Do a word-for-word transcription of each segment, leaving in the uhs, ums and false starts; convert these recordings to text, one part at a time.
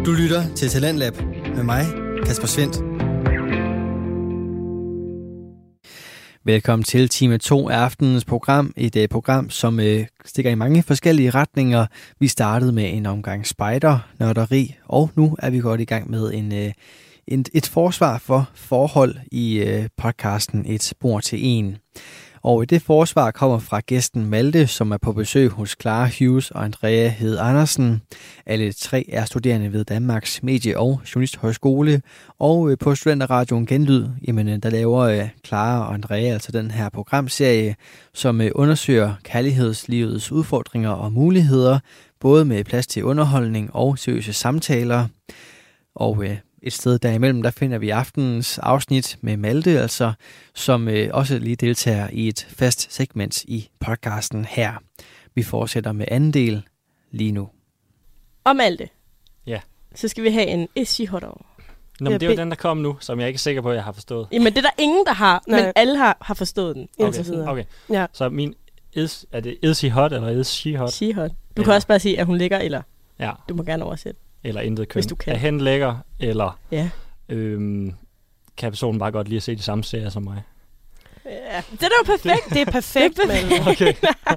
Du lytter til Talentlab med mig, Kasper Svendt. Velkommen til time to af aftenens program. Et uh, program, som uh, stikker i mange forskellige retninger. Vi startede med en omgang spider, nørderi, og nu er vi godt i gang med en, uh, en, et forsvar for forhold i uh, podcasten Et spor til en. Og det forsvar kommer fra gæsten Malte, som er på besøg hos Clara Hughes og Andrea Hed Andersen. Alle tre er studerende ved Danmarks Medie- og Journalisthøjskole. Og på Studenterradioen Genlyd, jamen, der laver Clara og Andrea altså den her programserie, som undersøger kærlighedslivets udfordringer og muligheder, både med plads til underholdning og seriøse samtaler. Og et sted derimellem, der finder vi aftenens afsnit med Malte, altså, som øh, også lige deltager i et fast segment i podcasten her. Vi fortsætter med anden del lige nu. Og Malte, ja. Så skal vi have en Is She Hot over. Nå, men det er jo den, der kom nu, som jeg ikke er sikker på, at jeg har forstået. Jamen, det er der ingen, der har, Nej. men alle har, har forstået den. Okay, okay. Ja. Så min is, er det Is She Hot, eller Is She Hot? She Hot. Du ja. kan også bare sige, at hun ligger, eller ja. du må gerne oversætte. Eller intet køn. Hvis du kan. Er hen lækker, eller ja. øhm, kan personen bare godt lide at se de samme serier som mig? Ja, det er jo perfekt. Det er perfekt, Malte. Okay.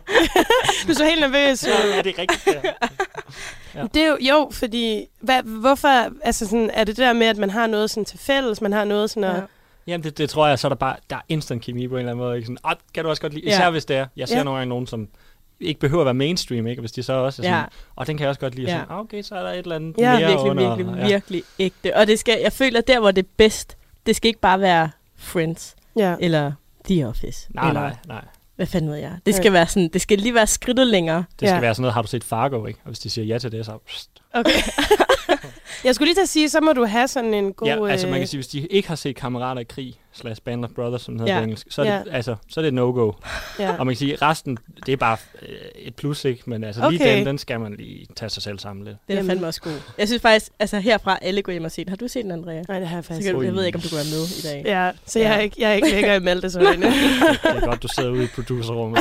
Du er så helt nervøs. Ja, det er rigtigt. Ja. Ja. Det er jo, jo fordi, hvad, hvorfor, altså sådan, er det det der med, at man har noget sådan til fælles, man har noget sådan at... Ja. Jamen, det, det tror jeg, så er der bare, der er instant kemi på en eller anden måde. Ikke? Sådan, ah, kan du også godt lide, især ja. hvis det er. Jeg ser ja. nogle gange nogen, som ikke behøver at være mainstream, ikke? Hvis de så også er sådan, ja. og den kan jeg også godt lide. Ja. Sådan, okay, så er der et eller andet ja, mere virkelig, under. virkelig, ja. virkelig ægte. Og det skal, jeg føler, der hvor det er bedst, det skal ikke bare være Friends, ja. eller The Office. Nej, eller, nej, nej. Hvad fanden ved jeg? Det skal, ja. være sådan, det skal lige være skridtet længere. Det skal ja. være sådan noget, har du set Fargo, ikke? Og hvis de siger ja til det, så... Pst. Okay. Jeg skulle lige til at sige, så må du have sådan en god... Ja, altså man kan sige, hvis de ikke har set Kammerater i krig, slash Band of Brothers, som det hedder ja. på engelsk, så er, ja. det, altså, så er det et no-go. Ja. Og man kan sige, resten, det er bare øh, et plus, ikke? Men altså okay. lige den, den skal man lige tage sig selv sammen lidt. Det er fandme også god. Jeg synes faktisk, altså herfra alle går hjem og set. Har du set den, Andrea? Nej, det har jeg faktisk ikke. Jeg ved ikke, om du går med i dag. Ja, så jeg, ja. er, ikke, jeg er ikke lækker i Malte, så endnu. Det er godt, du sidder ude i producerrummet.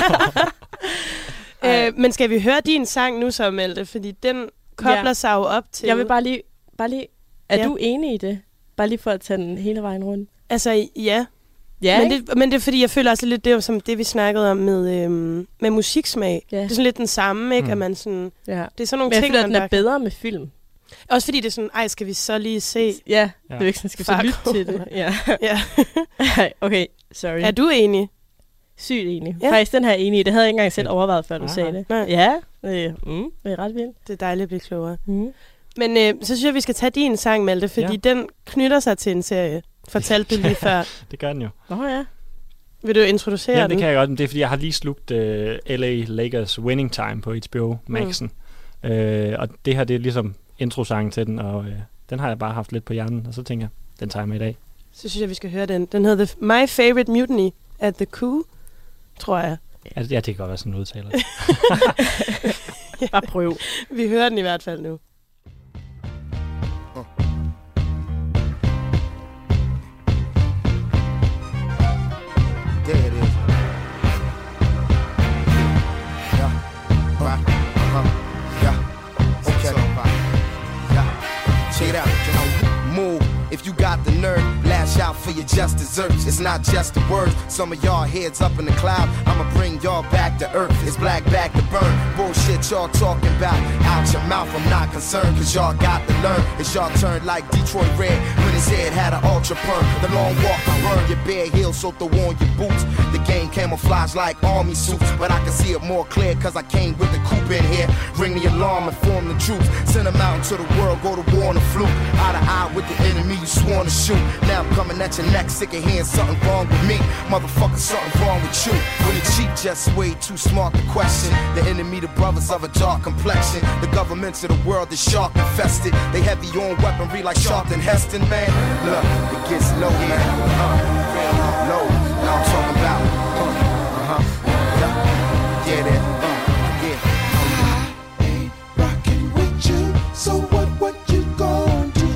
øh, men skal vi høre din sang nu så, Malte? Fordi den kobler ja. sig jo op til... Jeg vil bare lige... Bare lige er ja. du enig i det? Bare lige for at tage den hele vejen rundt. Altså, ja. ja men, det, men det er fordi, jeg føler også lidt, det var som det, vi snakkede om med, øhm, med musiksmag. Ja. Det er sådan lidt den samme, ikke? Mm. At man sådan... Ja. Det er sådan nogle men jeg ting, føler, at den er bare... bedre med film. Også fordi det er sådan, ej, skal vi så lige se... Ja, ja. det er ikke sådan, skal vi lytte til det. Ja. ja. Okay, sorry. Er du enig? Sygt enig. Ja. Faktisk den her enig. Det havde jeg ikke engang selv overvejet, før du Aha. sagde det. Nej. Ja, øh, mm, det er ret vildt. Det er dejligt at blive klogere. Mm. Men øh, så synes jeg, vi skal tage din sang, Malte, fordi ja. den knytter sig til en serie. Fortalte du lige før. Det gør den jo. Nå ja. Vil du introducere ja, den? det kan jeg godt. Det er, fordi jeg har lige slugt uh, L A Lakers Winning Time på H B O Max'en. Mm. Uh, og det her, det er ligesom introsangen til den, og uh, den har jeg bare haft lidt på hjernen, og så tænker jeg, den tager jeg med i dag. Så synes jeg, vi skal høre den. Den hedder The My Favorite Mutiny at the Coup, tror jeg. Ja, det kan godt være sådan en udtaler. Bare prøv. Vi hører den i hvert fald nu. There it is. Yeah. Right. Uh-huh. Yeah. Okay. Yeah. Check it out. Move. If you got the nerve, lash out for your just desserts. It's not just the words. Some of y'all heads up in the cloud. I'ma bring y'all back to earth. It's black back to burn. Bullshit y'all talking about. Out your mouth, I'm not concerned. Cause y'all got to learn. It's y'all turn like Detroit Red. When his head had an ultra perm. The long walk I burn your bare heels, so throw on your boots. The game camouflage like army suits. But I can see it more clear cause I came with the coupe in here. Ring the alarm, inform the troops. Send them out into the world, go to war on the fluke. Eye to eye with the enemy you sworn to shoot. Now I'm coming at your neck, sick of hearing something wrong with me. Motherfucker, something wrong with you. When the cheap just way too smart to question. The enemy, the brothers of a dark complexion. The governments of the world is shark infested. They heavy on weaponry like Sharpton Heston, man. Look, it gets low, man. Uh, low, now I'm talking about. Uh, uh-huh. Yeah, yeah, that. Uh, yeah. I ain't rocking with you, so what, what you gon' do?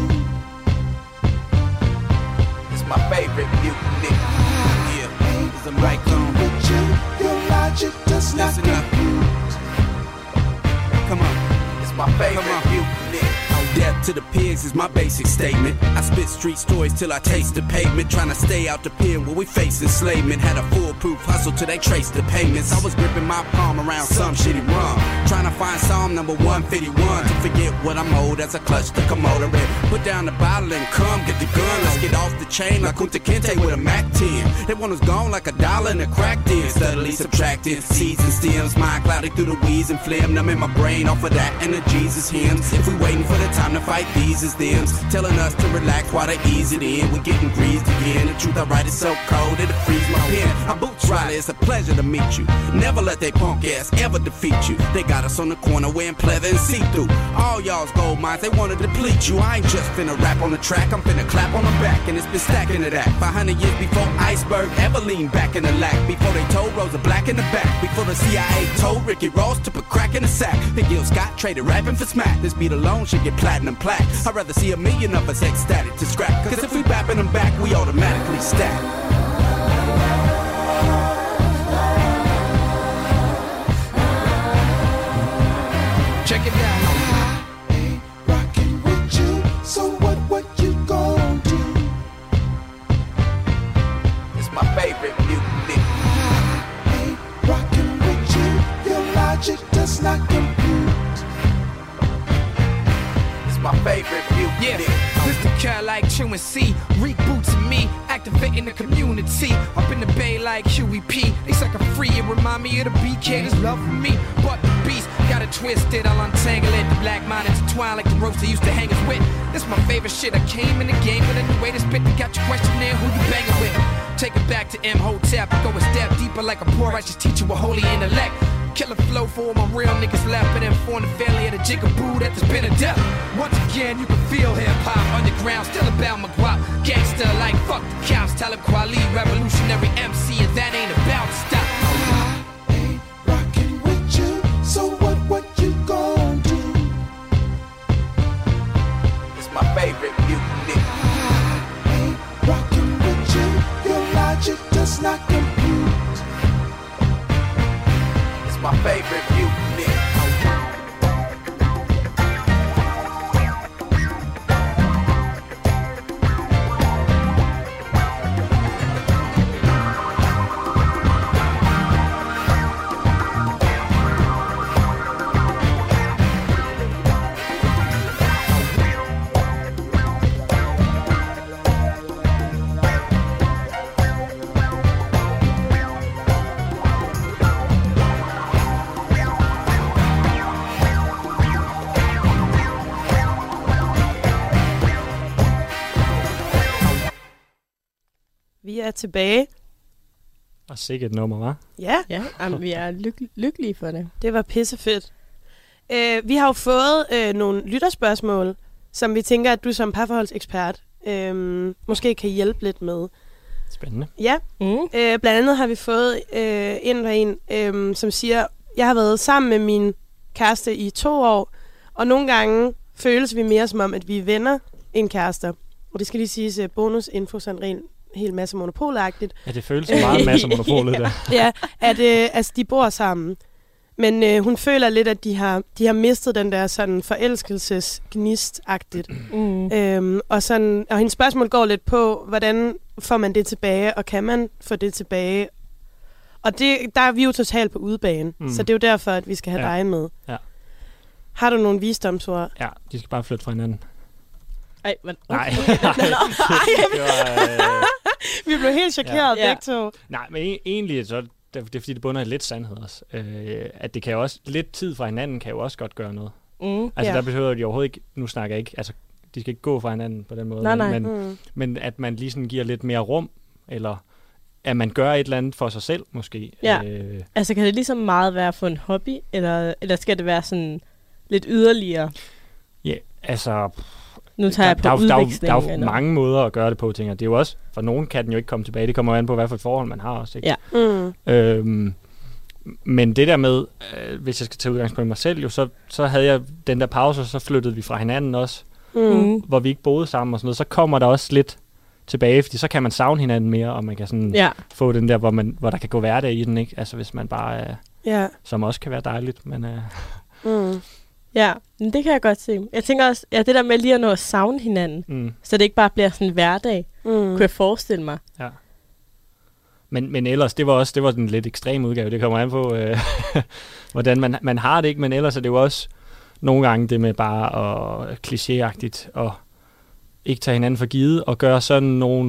My favorite mutiny. Yeah, cause I'm right on with you. Your logic does not compute. Come on, it's my favorite mutiny. Death to the pigs is my basic statement. I spit street stories till I taste the pavement. Trying to stay out the pen where we face enslavement. Had a foolproof hustle till they traced the payments. I was gripping my palm around some shitty rum. Trying to find Psalm number one fifty-one. To forget what I'm owed as I clutch the Komodo red. Put down the bottle and come get the gun. Let's get off the chain like Kunta Kinte with a Mac ten. That one was gone like a dollar in a crack den. Steadily subtracting seeds and stems. Mind clouded through the weeds and phlegm. Numbing my brain off of that and the Jesus hymns. If we waiting for the time to fight these as thems. Telling us to relax while they ease it in. We're getting greased again. The truth I write is so cold it'll freeze my pen. My boots Riley, it's a pleasure to meet you. Never let they punk ass ever defeat you. They got us on the corner wearing pleather and see-through. All y'all's gold mines, they wanna deplete you. I ain't just finna rap on the track, I'm finna clap on the back. And it's been stacking to that. five hundred years before Iceberg ever leaned back in the lack. Before they told Rosa Black in the back. Before the C I A told Ricky Ross to put crack in the sack. Big Gil Scott traded rapping for smack. This beat alone should get platinum plaques. I'd rather see a million of us ecstatic to scrap. Cause if we bapping them back, we automatically stack. Check it out. I ain't rocking with you, so what, what you gon' do? It's my favorite music. I ain't rocking with you, your logic does not compute. It's my favorite music. Yeah. Mister Cat like chewing C, rebooting me, activating the community. Up in the bay like Huey P. They suck a free and remind me of the B K. This love for me, but the beast got it twisted. I'll untangle it. The black mind intertwine like the ropes they used to hang us with. This my favorite shit. I came in the game with a new way to spit. They got your question there, who you banging with? Take it back to M Hotep. Go a step deeper like a poor righteous teacher with holy intellect. Killer flow for all my real niggas left. But inform the family of the jigaboo that there's been a death. Once again, you can feel hip-hop underground. Still about my guap. Gangster like fuck the cops. Talib Kweli, revolutionary M C. And that ain't about to stop. I ain't rocking with you, so what, what you gon' do? It's my favorite music. I ain't rocking with you, your logic does not compute. It's my favorite music. Vi er tilbage. Og sikkert et nummer, hva'? Ja. Ja, jamen, vi er lyk- lykkelige for det. Det var pissefedt. Uh, vi har jo fået uh, nogle lytterspørgsmål, som vi tænker, at du som parforholdsekspert uh, måske kan hjælpe lidt med. Spændende. Ja. Mm. Uh, blandt andet har vi fået uh, en og en, uh, som siger, jeg har været sammen med min kæreste i to år, og nogle gange føles vi mere som om, at vi er venner end kærester. Og det skal lige siges uh, bonusinfo, sådan rent helt masse monopolagtigt. Ja, det føles så meget masse monopolet ja. der. Ja, at øh, altså, de bor sammen. Men øh, hun føler lidt, at de har, de har mistet den der sådan forelskelsesgnist-agtigt. Mm. Øhm, og, sådan, og hendes spørgsmål går lidt på, hvordan får man det tilbage, og kan man få det tilbage? Og det, der er vi jo totalt på udebane, mm. så det er jo derfor, at vi skal have ja. dig med. Ja. Har du nogle visdomsord? Ja, de skal bare flytte fra hinanden. Ej, men... Nej. Okay. Nej. det var, øh... Vi blev helt chokeret, ja. begge to. Nej, men e- egentlig så det er fordi, det bunder i lidt sandhed også. Øh, at det kan jo også, lidt tid fra hinanden kan jo også godt gøre noget. Mm. Altså Ja. der behøver de overhovedet ikke, nu snakker jeg ikke, altså de skal ikke gå fra hinanden på den måde. Nej, nej. Men, Mm. men at man lige sådan giver lidt mere rum, eller at man gør et eller andet for sig selv måske. Ja. Øh, Altså, kan det ligesom meget være for en hobby, eller, eller skal det være sådan lidt yderligere? ja, altså... Nu tager jeg på der, der, der, udveksling. der er jo eller? mange måder at gøre det på, tænker jeg. Det er jo også, for nogen kan den jo ikke komme tilbage. Det kommer jo an på, hvad for et forhold man har også. Ikke? Ja. Mm. Øhm, men det der med, øh, hvis jeg skal tage udgangspunkt i mig selv, jo, så, så havde jeg den der pause, og så flyttede vi fra hinanden også, Mm. Mm. hvor vi ikke boede sammen og sådan noget. Så kommer der også lidt tilbage, fordi så kan man savne hinanden mere, og man kan sådan Ja. få den der, hvor, man, hvor der kan gå hverdag i den, ikke? Altså hvis man bare, øh, Ja. som også kan være dejligt, men... Øh, Mm. Ja, men det kan jeg godt se. Jeg tænker også, ja, det der med lige at nå at savne hinanden, mm. så det ikke bare bliver sådan en hverdag, mm. kunne jeg forestille mig. Ja. Men, men ellers, det var også det var den lidt ekstrem udgave. Det kommer an på, øh, hvordan man, man har det, ikke? Men ellers er det jo også nogle gange det med bare at klichéagtigt og ikke tage hinanden for givet og gøre sådan nogle,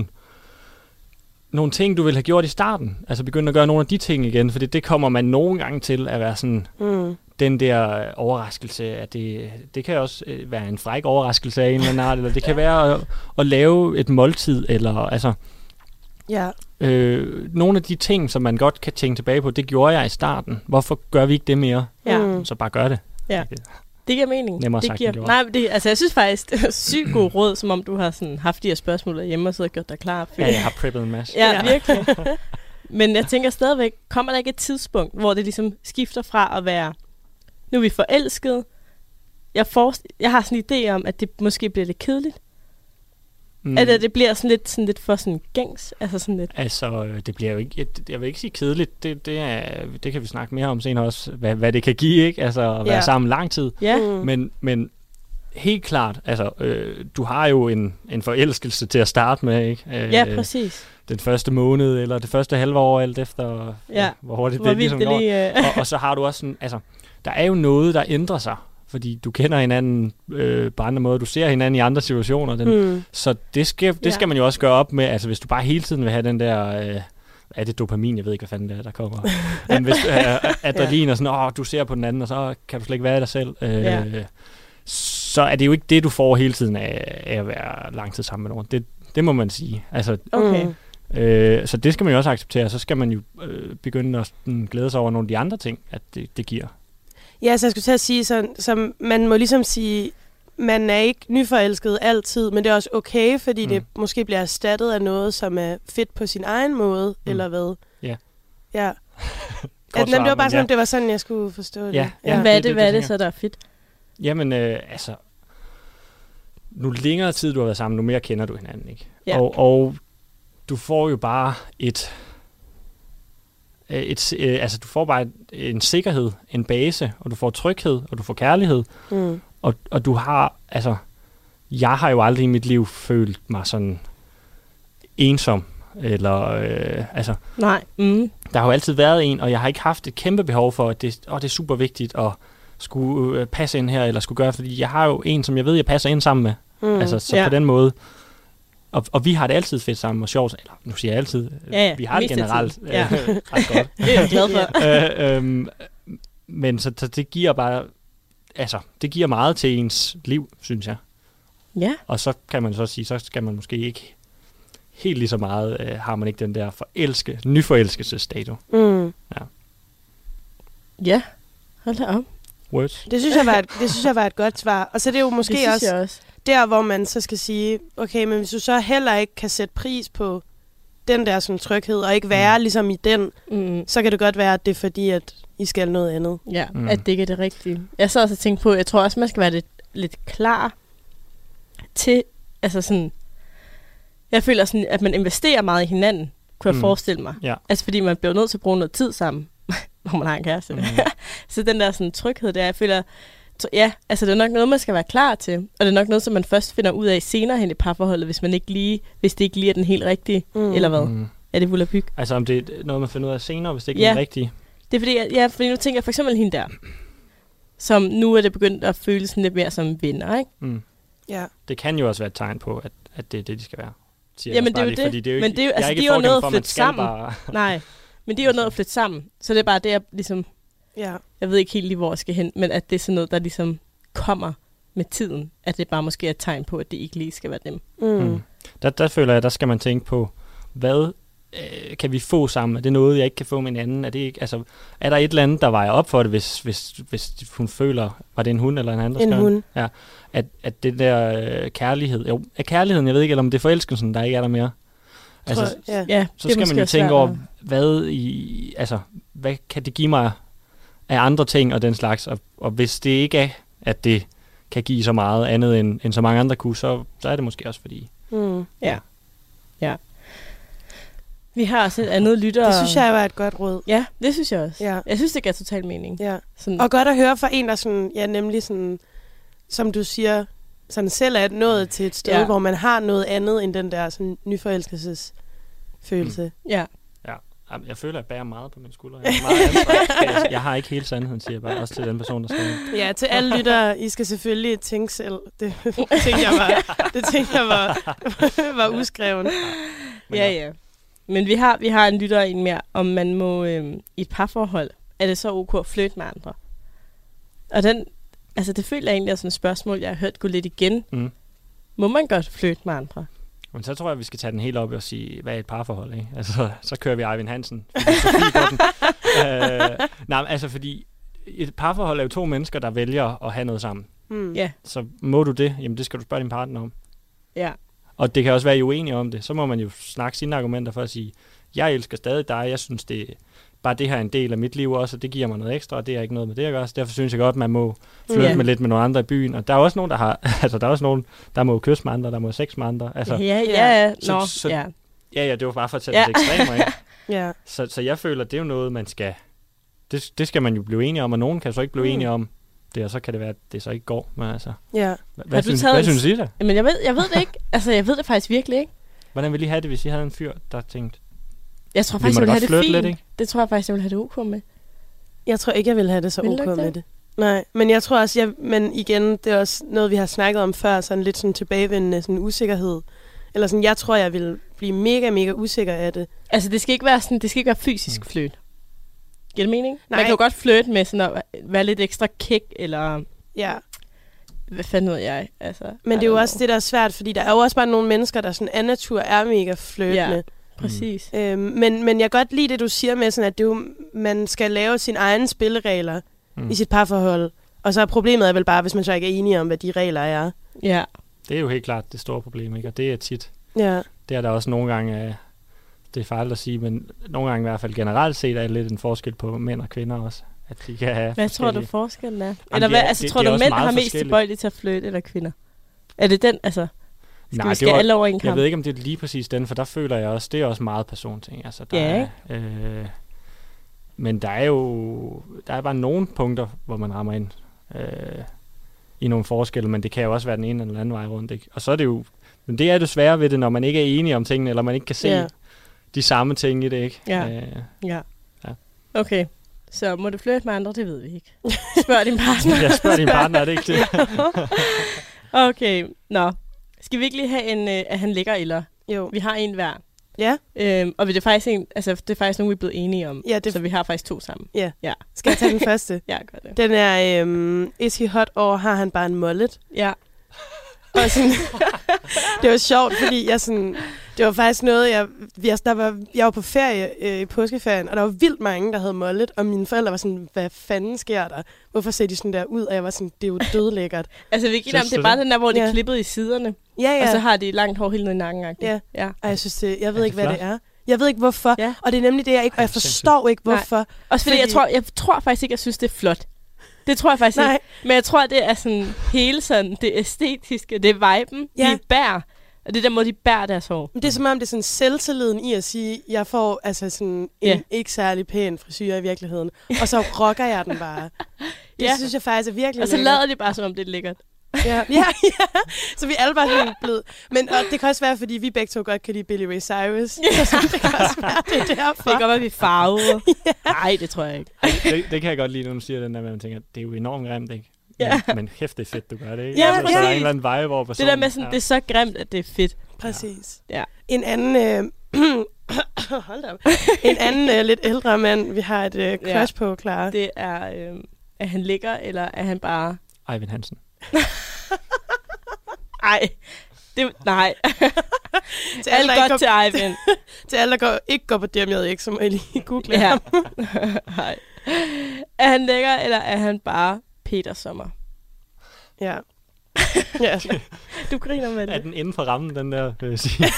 nogle ting, du ville have gjort i starten. Altså begynde at gøre nogle af de ting igen, for det, det kommer man nogle gange til at være sådan... Mm. Den der overraskelse, at det, det kan også være en fræk overraskelse af en eller anden art, eller det kan være at, at lave et måltid, eller altså... Ja. Øh, nogle af de ting, som man godt kan tænke tilbage på, det gjorde jeg i starten. Hvorfor gør vi ikke det mere? Ja. Så bare gør det. Ja. Det giver mening. Nemmere det sagt giver, nej, det, altså jeg synes faktisk, det er sygt god råd, som om du har sådan, haft de her spørgsmål derhjemme og siddet og gjort dig klar. Ja, jeg har preppet en masse. Ja, ja. Virkelig. Men jeg tænker stadigvæk, kommer der ikke et tidspunkt, hvor det ligesom skifter fra at være, nu er vi forelskede, jeg, forest- jeg har sådan en idé om, at det måske bliver lidt kedeligt. Mm. At det bliver sådan lidt, sådan lidt for sådan gængs, altså sådan lidt. Altså, det bliver jo ikke, jeg, jeg vil ikke sige kedeligt, det, det, er, det kan vi snakke mere om senere også, hvad, hvad det kan give, ikke? Altså, at være yeah. sammen lang tid. Yeah. Mm. Men, men helt klart, altså, øh, du har jo en, en forelskelse til at starte med, ikke? Øh, ja, præcis. Den første måned, eller det første halve år, alt efter, ja. Ja, hvor hurtigt hvor det ligesom det lige, går. og, og så har du også sådan, altså, der er jo noget, der ændrer sig. Fordi du kender hinanden øh, på andre måder. Du ser hinanden i andre situationer. Den, mm. Så det skal, det ja. skal man jo også gøre op med. Altså hvis du bare hele tiden vil have den der... Øh, er det dopamin? Jeg ved ikke, hvad fanden det er, der kommer. Men hvis øh, adrenalin og sådan, åh, du ser på den anden, og så kan du slet ikke være dig selv. Øh, ja. Så er det jo ikke det, du får hele tiden af, af at være lang tid sammen med nogen. Det, det må man sige. Altså, okay. øh, så det skal man jo også acceptere. Så skal man jo øh, begynde at sådan, glæde sig over nogle af de andre ting, at det, det giver. Ja, så jeg skulle til at sige, så, så man må ligesom sige, man er ikke nyforelsket altid, men det er også okay, fordi mm. det måske bliver erstattet af noget, som er fedt på sin egen måde, mm. eller hvad? Ja. Ja. At, det var bare sådan, ja. Det var sådan, jeg skulle forstå det. Ja. Ja. Ja. Hvad er det, det, hvad er det så, der er fedt? Jamen, øh, altså, nu længere tid, du har været sammen, nu mere kender du hinanden, ikke? Ja. Og, og du får jo bare et... Et, øh, altså du får bare et, en sikkerhed, en base, og du får tryghed, og du får kærlighed, mm. og, og du har, altså, jeg har jo aldrig i mit liv følt mig sådan ensom, eller, øh, altså, nej. Mm. Der har jo altid været en, og jeg har ikke haft et kæmpe behov for, at det, åh, det er super vigtigt at skulle øh, passe ind her, eller skulle gøre, fordi jeg har jo en, som jeg ved, jeg passer ind sammen med, mm. altså, så ja. På den måde. Og, og vi har det altid fedt sammen og sjovt. Eller, nu siger jeg altid. Ja, ja, vi har det generelt øh, ja. ret godt. Det er jeg glad for. øh, øhm, men så, så det giver bare... Altså, det giver meget til ens liv, synes jeg. Ja. Og så kan man så sige, så skal man måske ikke... Helt lige så meget øh, har man ikke den der forelske, nyforelskelsesstatus. Mm. Ja. Ja, hold da op. Words. Det synes jeg var et, det synes jeg var et godt svar. Og så det er jo måske det også... også... Der, hvor man så skal sige, okay, men hvis du så heller ikke kan sætte pris på den der sådan, tryghed, og ikke være mm. ligesom i den, mm. så kan det godt være, at det er fordi, at I skal noget andet. Ja, mm. at det ikke er det rigtige. Jeg så også og tænkt på, jeg tror også, man skal være lidt, lidt klar til, altså sådan, jeg føler sådan, at man investerer meget i hinanden, kunne jeg mm. forestille mig. Ja. Altså fordi man bliver nødt til at bruge noget tid sammen, når man har en kæreste. Mm. Så den der sådan, tryghed der, jeg føler... Ja, altså det er nok noget, man skal være klar til. Og det er nok noget, som man først finder ud af senere hen i parforholdet, hvis man ikke lige, hvis det ikke lige er den helt rigtige. Mm. Eller hvad? Mm. Er det volapyk? Altså om det er noget, man finder ud af senere, hvis det ikke ja. er den rigtige? Det er fordi, ja, fordi nu tænker jeg for eksempel hende der, som nu er det begyndt at føles sådan lidt mere som venner, ikke? Mm. Ja. Det kan jo også være et tegn på, at, at det er det, de skal være. Jamen det er jo det. Fordi det er jo men ikke, det er jo, altså, ikke de er jo noget at flytte sammen. Bare... Nej, men det er jo noget at flytte sammen. Så det er bare det, jeg ligesom... Ja. Jeg ved ikke helt lige, hvor jeg skal hen, men at det er sådan noget, der ligesom kommer med tiden, at det bare måske er et tegn på, at det ikke lige skal være dem. Mm. Mm. Der, der føler jeg, der skal man tænke på, hvad øh, kan vi få sammen? Er det noget, jeg ikke kan få med en anden? Er, det ikke, altså, er der et eller andet, der vejer op for det, hvis, hvis, hvis hun føler, var det en hund eller en anden? En hund. Ja, at, at det der øh, kærlighed, jo, er kærligheden, jeg ved ikke, eller om det er forelskelsen, der ikke er der mere. Altså, Tror, ja. Ja, så skal man jo tænke over, hvad, i, altså, hvad kan det give mig af andre ting og den slags, og, og hvis det ikke er, at det kan give så meget andet, end, end så mange andre kunne, så, så er det måske også fordi. Mm. Ja. Ja. Vi har også et andet lytter. Det synes jeg var et godt råd. Ja, det synes jeg også. Ja. Jeg synes, det giver total mening. Ja. Sådan. Og godt at høre fra en, der sådan, ja, nemlig sådan, som du siger, sådan selv er nået til et sted, Ja. hvor man har noget andet end den der sådan nyforelskelsesfølelse. Mm. Ja. Ja. Jamen, jeg føler, at jeg bærer meget på mine skuldre. Jeg, er meget ansvar. jeg, jeg har ikke hele sandheden, siger jeg bare. Også til den person, der skal. Ja, til alle lyttere, I skal selvfølgelig tænke selv. Det tænkte jeg var, det tænkte jeg var, var uskreven. Ja, ja. Men vi har, vi har en lytter en mere, om man må øhm, i et parforhold, er det så ok at flytte med andre? Og den, altså det føler jeg egentlig er sådan et spørgsmål, jeg har hørt gå lidt igen. Mm. Må man godt flytte med andre? Men så tror jeg, vi skal tage den helt op og sige, hvad er et parforhold, ikke? Altså, så kører vi Eivind Hansen. Sofie på den. øh, nej, altså fordi et parforhold er jo to mennesker, der vælger at have noget sammen. Mm. Ja. Så må du det, jamen det skal du spørge din partner om. Ja. Og det kan også være, at I er uenige om det. Så må man jo snakke sine argumenter for at sige, jeg elsker stadig dig, jeg synes, det bare det her er en del af mit liv også, og det giver mig noget ekstra, og det er ikke noget med det at gøre. Så derfor synes jeg godt, at man må flytte Ja. med lidt med nogle andre i byen. Og der er også nogen, der har, altså der er også nogen, der må kysse med andre, der må sex med andre. Altså, Ja, ja, så- nå, så- ja. ja, ja, det var bare for at tage Ja. det ekstremer, ikke? Ja. Så, så jeg føler, det er jo noget, man skal, det, det skal man jo blive enige om, og nogen kan så ikke blive Mm. enige om det, og så kan det være, at det så ikke går. Men altså, Ja. hvad, Har hvad, du synes, taget hvad en- synes I da? Men jeg ved, jeg ved det ikke. Altså, jeg ved det faktisk virkelig ikke. Hvordan ville I have det, hvis I havde en fyr, der tænkte, Jeg tror vi faktisk, må jeg da vil have godt det flytte fint. lidt, ikke? Det tror jeg faktisk, jeg vil have det ok med. Jeg tror ikke, jeg vil have det så Vil du ok ikke med det? det. Nej, men jeg tror også, jeg, men igen, det er også noget, vi har snakket om før, sådan lidt sådan tilbagevendende sådan usikkerhed. Eller sådan, jeg tror, jeg vil blive mega, mega usikker af det. Altså, det skal ikke være sådan, det skal ikke være fysisk Mm. flyt. Giver det mening? Nej. Man kan jo godt flytte med sådan at være lidt ekstra kick, eller Ja, hvad fanden ved jeg? Altså, men det er jo også det, der er svært, fordi der er jo også bare nogle mennesker, der sådan af natur er mega flirtende. Ja. Præcis. Øhm, men, men jeg kan godt lide det, du siger med, sådan, at det er jo, man skal lave sine egne spilleregler Mm. mm. i sit parforhold. Og så er problemet er vel bare, hvis man så ikke er enige om, hvad de regler er. Ja. det er jo helt klart det store problem, ikke? Og det er tit, Ja, det er der også nogle gange, øh, det er farligt at sige, men nogle gange i hvert fald generelt set er lidt en forskel på mænd og kvinder også. At de kan have Hvad tror du forskellige- forskellen er? Jamen, Eller det hvad, er- altså, det- tror det er du, også mænd meget har mest forskelligt. tilbøjelige til at flytte, eller kvinder? Er det den, altså? Skal Nej, vi det skære var- alle over en Jeg kamp? ved ikke, om det er lige præcis den, for der føler jeg også, det er også meget personting. Altså, der Ja, er, øh, men der er jo der er bare nogle punkter, hvor man rammer ind øh, i nogle forskelle, men det kan jo også være den ene eller anden vej rundt. Ikke? Og så er det jo, men det er det svære ved det, når man ikke er enige om tingene, eller man ikke kan se Ja. de samme ting i det. Ikke? Ja. Øh, Ja. Ja. Okay. Så må du flytte med andre, det ved vi ikke. Spørg din partner. jeg spørger din partner, er det ikke det? Okay, nå. Skal vi ikke lige have en, øh, at han ligger eller? jo. Vi har en hver. Ja, Øhm, og det er faktisk en, altså det er faktisk nogen, vi er blevet enige om. Ja, det- Så vi har faktisk to sammen. skal jeg tage den første? Ja, gør det. Den er, øhm, is he hot, or har han bare en mullet? Ja. Og sådan, det var sjovt, fordi jeg sådan, det var faktisk noget, jeg, jeg, der var, jeg var på ferie øh, i påskeferien, og der var vildt mange, der havde mullet, og mine forældre var sådan, hvad fanden sker der? Hvorfor ser de sådan der ud? Og jeg var sådan, det er jo dødlækkert. Altså vi giver Synes dem, det er du bare det? den der, hvor det er Ja. klippet i siderne. Ja, Ja. ja. Og så har de langt hår helt ned i nakken. Ja. Ja. Og jeg synes, det, jeg ved Er ikke, det hvad det flot? er. Jeg ved ikke, hvorfor. Ja. Og det er nemlig det, jeg ikke, og jeg Ej, sindssygt. forstår ikke, hvorfor. Også fordi, fordi... Jeg, tror, jeg tror faktisk ikke, jeg synes, det er flot. Det tror jeg faktisk Nej. ikke. Men jeg tror, det er sådan hele sådan, det æstetiske, det er viben, Ja. de bærer. Og det er der måde, de bærer deres hår. Men det er som om, det er sådan selvtilliden i at sige, jeg får altså sådan en Ja. ikke særlig pæn frisyr i virkeligheden. Og så rocker jeg den bare. Det Ja. synes jeg faktisk er virkelig Og så lækkert. lader de bare, som om det er lækkert. Ja, ja, ja. Så vi er alle bare sådan blevet... Men og det kan også være, fordi vi begge to godt kan lide Billy Ray Cyrus. Ja. Så det kan også være, det er Det derfor. kan godt være, at vi er farvede. Nej, det tror jeg ikke. Ej, det, det kan jeg godt lide, når du siger den der, med, at man tænker, det er jo enormt grimt, ikke? Men, Ja. men hæft, det er fedt, du gør det, ikke? Ja, altså, så er der præcis. en eller anden vibe over Det personen. der med sådan, det er så grimt, at det er fedt. Præcis. Ja. En anden... Øh, hold da op. En anden øh, lidt ældre mand, vi har et øh, crush Ja. på, Clara. Det er, øh, er han ligger, eller er han bare... Eivind Hansen. Ej, det, nej. Til Alt alle, der godt ikke til går, Eivind. til alle, der går, ikke går på D M J X, så må I lige google Ja. ham. Nej. Er han lækker, eller er han bare Peter Sommer? Ja. Ja. Du griner med Er det. den inden for rammen, den der, vil jeg sige?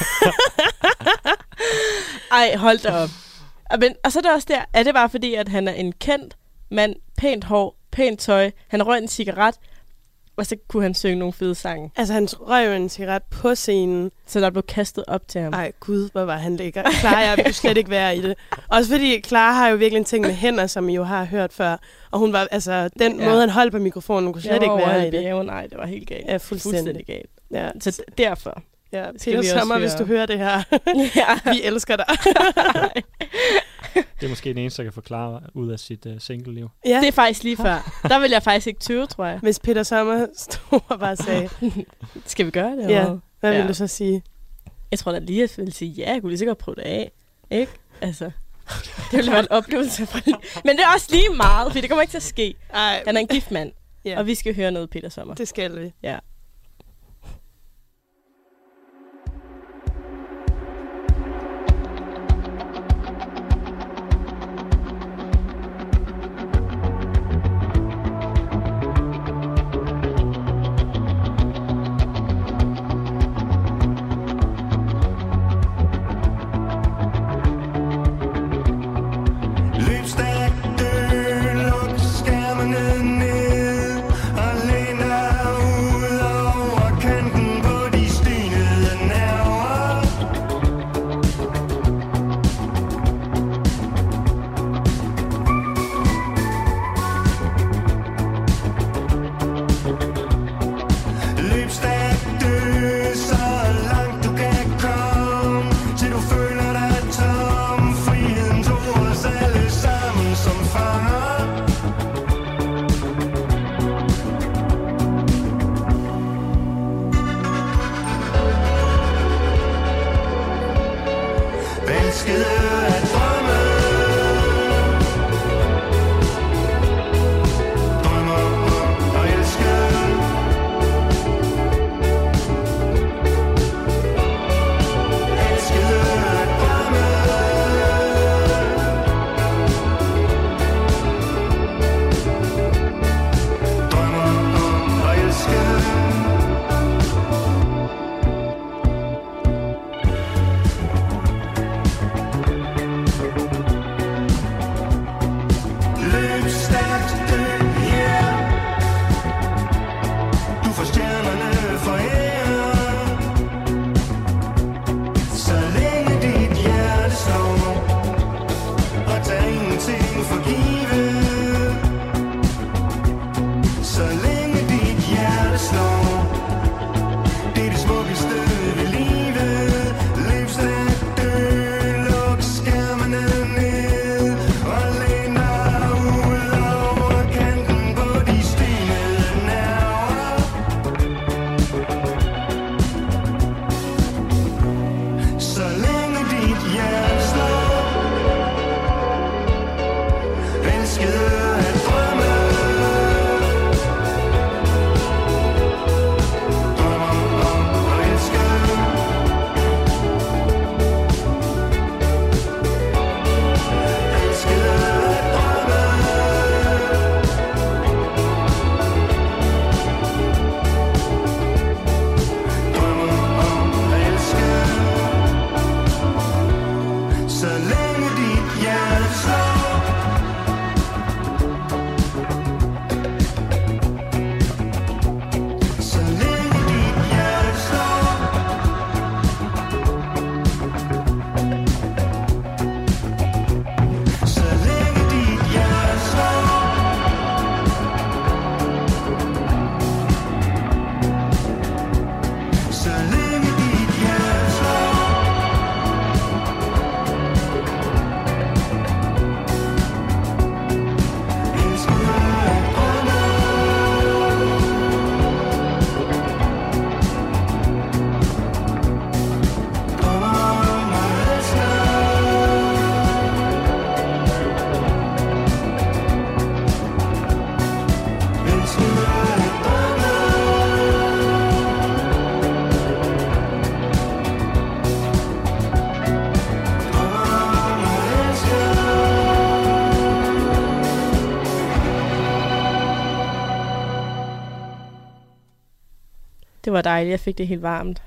Ej, hold da op. Og, men, og så er det også der, er det bare fordi, at han er en kendt mand, pænt hår, pænt tøj, han røg en cigaret, Og så kunne han synge nogle fede sange. Altså, han røg jo en cigaret på scenen. Så der blev kastet op til ham. Ej, gud, hvor var han lækker. Clara, jeg ville slet ikke være i det. Også fordi Clara har jo virkelig en ting med hænder, som I jo har hørt før. Og hun var, altså, den ja. måde, han holdt på mikrofonen, hun kunne slet ikke være i det. Bjerge, nej, det var helt galt. Ja, fuldstændig, fuldstændig galt. Ja. Så derfor. Ja, Peter Sommer, hvis du hører det her. Ja. Vi elsker dig. Det er måske den eneste, der kan forklare ud af sit uh, single-liv. Ja. Det er faktisk lige før. Der vil jeg faktisk ikke tøve, tror jeg. Hvis Peter Sommer stod og bare sagde... Skal vi gøre det? Ja, hvad ja. vil du så sige? Jeg tror da lige, at jeg vil sige, ja, jeg kunne lige så godt prøve det af. Ikke? Altså, det ville være en oplevelse for Men det er også lige meget, for det kommer ikke til at ske. Ej. Han er en gift mand, ja. Og vi skal høre noget Peter Sommer. Det skal vi. Ja. Det var dejligt, jeg fik det helt varmt.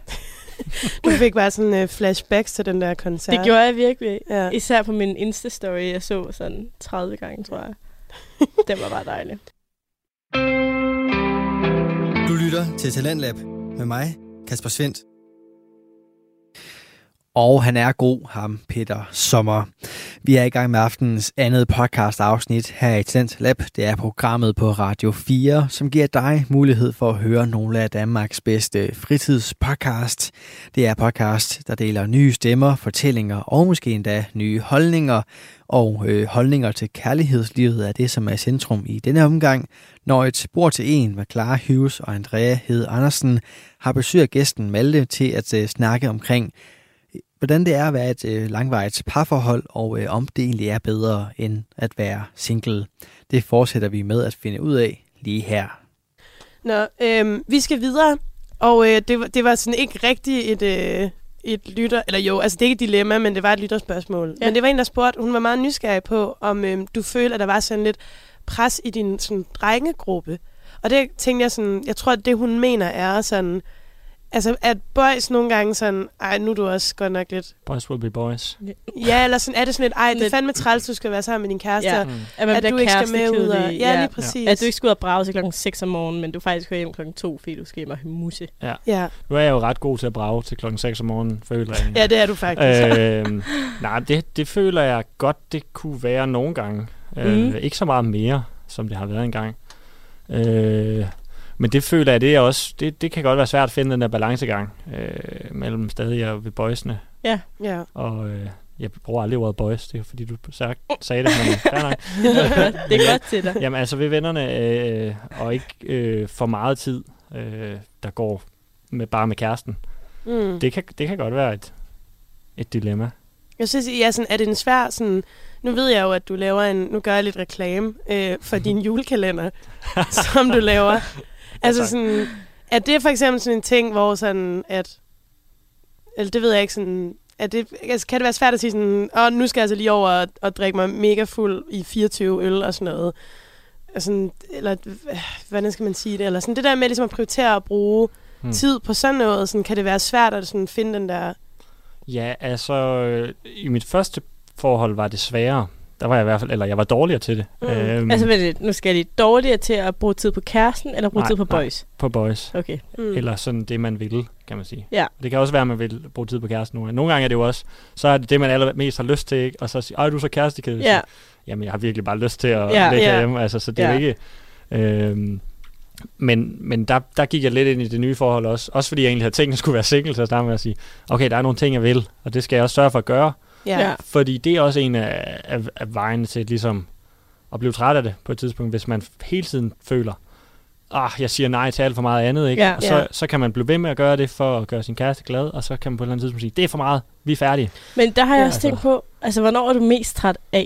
Du fik bare sådan uh, flashbacks til den der koncert. Det gjorde jeg virkelig. Ja. Især på min Insta-story, jeg så sådan tredive gange, tror jeg. Det var bare dejligt. lytter til Talentlab med mig, Kasper Svendt. Og han er god, ham Peter Sommer. Vi er i gang med aftenens andet podcast-afsnit her i Talentlab. Det er programmet på Radio fire, som giver dig mulighed for at høre nogle af Danmarks bedste fritidspodcast. Det er podcast, der deler nye stemmer, fortællinger og måske endda nye holdninger. Og øh, holdninger til kærlighedslivet er det, som er centrum i denne omgang. Når et bord til en med Clara Hughes og Andrea Hede Andersen har besøgt gæsten Malte til at øh, snakke omkring, hvordan det er at være et øh, langvarigt parforhold, og øh, om det egentlig er bedre end at være single. Det fortsætter vi med at finde ud af lige her. Nå, øh, vi skal videre, og øh, det, var, det var sådan ikke rigtig et, øh, et lytter, eller jo, altså det er ikke et dilemma, men det var et lytterspørgsmål. Ja. Men det var en, der spurgte, hun var meget nysgerrig på, om øh, du følte, at der var sådan lidt pres i din sådan, drengegruppe. Og det tænkte jeg sådan, jeg tror, at det hun mener er sådan, altså, at boys nogle gange sådan, ej, nu er du også godt nok lidt... Boys will be boys. Ja, eller sådan, er det sådan lidt, ej, det er fandme træls, du skal være sammen med din kæreste, ja. mm. at, at du ikke skal med ud og... Ja, ja, lige præcis. At du ikke skal ud og brage til klokken seks om morgenen, men du faktisk kører hjem klokken to, fordi du skal hjem og musse. Ja. ja. Nu er jeg jo ret god til at brage til klokken seks om morgenen, føler jeg. Ja, det er du faktisk. øh, nej, det, det føler jeg godt, det kunne være nogle gange. Mm. Øh, ikke så meget mere, som det har været engang. Øh... Men det føler jeg, det er også, det, det kan godt være svært at finde den der balancegang øh, mellem stadig og ved boysene. Ja. ja. Og øh, jeg bruger aldrig ordet boys, det er fordi du sagde det, men fair nok. Det er godt til dig. Jamen altså ved vennerne, øh, og ikke øh, for meget tid, øh, der går med, bare med kæresten. Mm. Det, kan, det kan godt være et, et dilemma. Jeg synes, ja, sådan, er det en svær sådan... Nu ved jeg jo, at du laver en... Nu gør jeg lidt reklame øh, for din julekalender, som du laver. Altså sådan, er det for eksempel sådan en ting, hvor sådan, at, eller det ved jeg ikke sådan, at det, altså, kan det være svært at sige sådan, åh, nu skal jeg altså lige over og, og drikke mig mega fuld i fireogtyve øl og sådan noget. Altså, eller, hvordan skal man sige det? Eller sådan det der med ligesom at prioritere at bruge hmm. tid på sådan noget, sådan, kan det være svært at sådan finde den der... Ja, altså, øh, i mit første forhold var det sværere. Der var jeg i hvert fald, eller jeg var dårligere til det. Mm. Øhm, altså, det, nu skal jeg lige dårligere til at bruge tid på kæresten, eller bruge nej, tid på nej, boys? på boys. Okay. Mm. Eller sådan det, man vil, kan man sige. Ja. Det kan også være, at man vil bruge tid på kæresten nogle gange. Nogle gange er det jo også, så er det det, man allermest har lyst til, ikke? Og så siger, ej, du er så kærestekæde. Ja. Jamen, jeg har virkelig bare lyst til at ja. ligge ja. hjemme. Altså, så det ja. er jo ikke... Øhm, men men der, der gik jeg lidt ind i det nye forhold også. Også fordi jeg egentlig havde tænkt, at jeg skulle være single, så jeg startede med at sige, okay, der er nogle ting, jeg vil, og det skal jeg også sørge for at gøre. Ja. Fordi det er også en af, af, af vejene til ligesom at blive træt af det på et tidspunkt, hvis man hele tiden føler, ah, jeg siger nej til alt for meget andet, ikke? Ja. Og så, ja. så kan man blive ved med at gøre det for at gøre sin kæreste glad, og så kan man på et eller andet tidspunkt sige, det er for meget, vi er færdige. Men der har jeg ja, også tænkt altså. på, altså hvornår er du mest træt af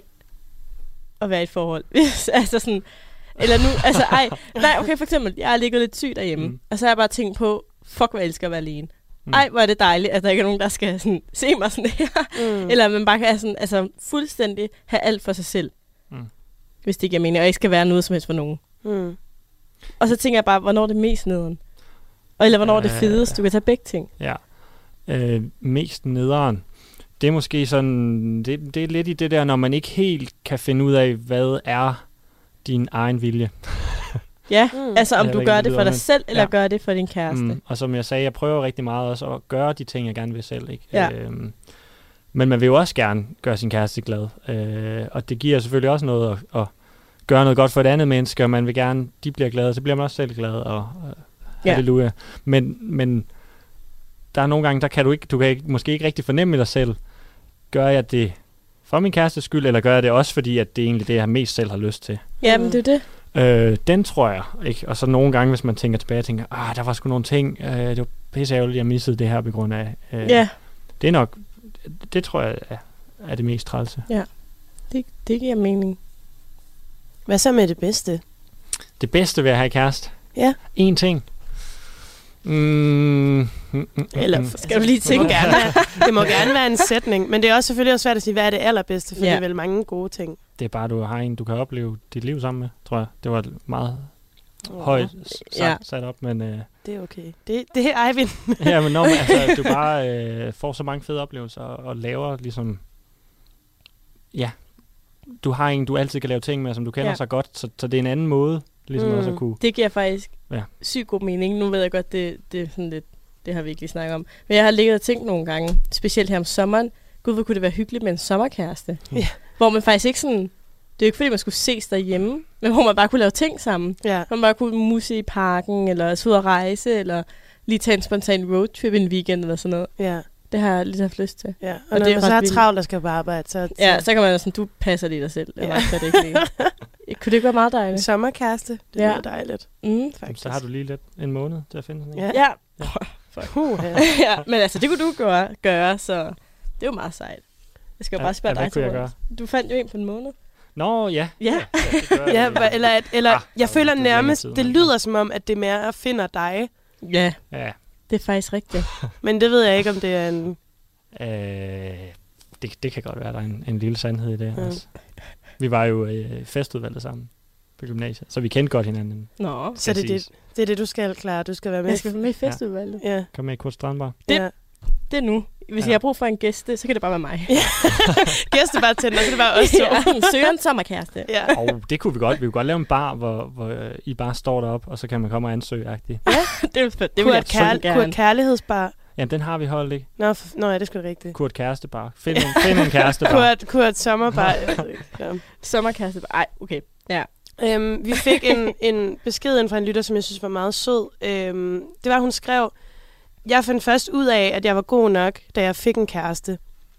at være i et forhold? altså sådan, eller nu, altså ej, nej, okay, for eksempel, jeg har ligget lidt syg derhjemme, mm. og så har jeg bare tænkt på, fuck, hvor jeg elsker at være alene. Mm. Ej, hvor er det dejligt, at der ikke er nogen, der skal sådan, se mig sådan her. Mm. Eller man bare kan sådan, altså, fuldstændig have alt for sig selv. Mm. Hvis det giver mening, og ikke skal være noget som helst for nogen. Mm. Og så tænker jeg bare, hvornår er det mest nederen? Og eller hvornår uh, er det fedest? Du kan tage begge ting. Ja. Uh, mest nederen. Det er måske sådan, det, det er lidt i det der, når man ikke helt kan finde ud af, hvad er din egen vilje. Ja, mm. altså om du gør det for dig selv, eller ja. gør det for din kæreste. Mm. Og som jeg sagde, jeg prøver rigtig meget også at gøre de ting, jeg gerne vil selv. Ikke? Ja. Øhm, men man vil jo også gerne gøre sin kæreste glad. Øh, og det giver selvfølgelig også noget at, at gøre noget godt for et andet menneske, og man vil gerne, de bliver glade, så bliver man også selv glad. Og, og ja. halleluja. Men, men der er nogle gange, der kan du ikke, du kan ikke, måske ikke rigtig fornemme dig selv. Gør jeg det for min kærestes skyld, eller gør jeg det også, fordi at det er egentlig det, jeg mest selv har lyst til? Ja, men det er det. Øh, den tror jeg, ikke? Og så nogle gange, hvis man tænker tilbage, tænker, ah, der var sgu nogle ting, øh, det var pisseærgerligt, jeg missede det her på grund af. Øh, ja. Det er nok, det tror jeg er, er det mest trælse. Ja, det, det giver mening. Hvad så med det bedste? Det bedste ved at have kæreste? Ja. En ting. Mm, mm, mm, Eller mm. skal du lige tænke? Det må, gerne være, det må gerne være en sætning, men det er også selvfølgelig også svært at sige, hvad er det allerbedste, for ja. det er vel mange gode ting. Det er bare, du har en, du kan opleve dit liv sammen med, tror jeg. Det var meget oh. højt sat, ja. sat op, men... Øh, det er okay. Det, det er Eivind. ja, men når man, altså, du bare øh, får så mange fede oplevelser, og, og laver ligesom... Ja, du har en, du altid kan lave ting med, som du kender ja. så godt, så, så det er en anden måde, ligesom mm. også at kunne... Det giver faktisk Ja. sygt god mening. Nu ved jeg godt, det, det er sådan lidt, det har vi ikke lige snakket om. Men jeg har ligget og tænkt nogle gange, specielt her om sommeren, gud, hvor kunne det være hyggeligt med en sommerkæreste. Ja. Hvor man faktisk ikke sådan, det er jo ikke fordi, man skulle ses derhjemme, men hvor man bare kunne lave ting sammen. Ja. Hvor man bare kunne muse i parken, eller tage ud og rejse, eller lige tage en spontan roadtrip en weekend, eller sådan noget. Ja. Det har jeg lidt haft lyst til. Ja. Og, Og når det er man så ret har vildt. travlt, der skal på arbejde, så... Ja, så kan man jo sådan, du passer lige dig selv. Jeg Ja. ja. det ikke lige. Kunne det ikke være meget En dejligt? sommerkæreste, det Ja. er dejligt, Mm. faktisk. Så har du lige lidt en måned til at finde sådan en. Ja. Ja. Uh, ja. ja, men altså, det kunne du gøre, gøre, så det er jo meget sejt. Jeg skal jo Ja, bare spørge ja, hvad dig kunne jeg til råds. Du fandt jo en på en månde. Nå, ja. Ja. det gør jeg. Ja, hva- eller, at, eller Ah, ah, jeg der føler er lidt længere nærmest, tid, det men- lyder som om, at det mere finder dig. Ja, Ja. det er faktisk rigtigt. Men det ved jeg ikke, om det er en... Øh, det, det kan godt være, der er en, en lille sandhed i det. Ja. Altså. Vi var jo øh, festudvalget sammen på gymnasiet, så vi kendte godt hinanden. Nå, Så det er det, det er det, du skal klare. Du skal være med. jeg skal være med i festudvalget. Ja. Kom med i Kurt Strandbar. Det- ja. Det er nu. Hvis Ja. jeg har brug for en gæste, så kan det bare være mig. Gæstebartender, så er det bare os to. Ja, søger en sommerkæreste. Ja. Og det kunne vi godt. Vi kunne godt lave en bar, hvor, hvor øh, I bare står deroppe, og så kan man komme og ansøge-agtigt. det vil, det vil jeg Kurt, Kærl- så gerne. Kurt Kærlighedsbar. Jamen, den har vi holdt, ikke? Nå, f- Nå ja, det skulle rigtigt. Kurt Kærestebar. Find en, find en kærestebar. Kurt, Kurt Sommerbar. jeg ved ikke. Ja. Sommerkæreste. Ej, okay. Ja. Øhm, vi fik en, en besked ind fra en lytter, som jeg synes var meget sød. Øhm, det var, hun skrev, jeg fandt først ud af, at jeg var god nok, da jeg fik en kæreste.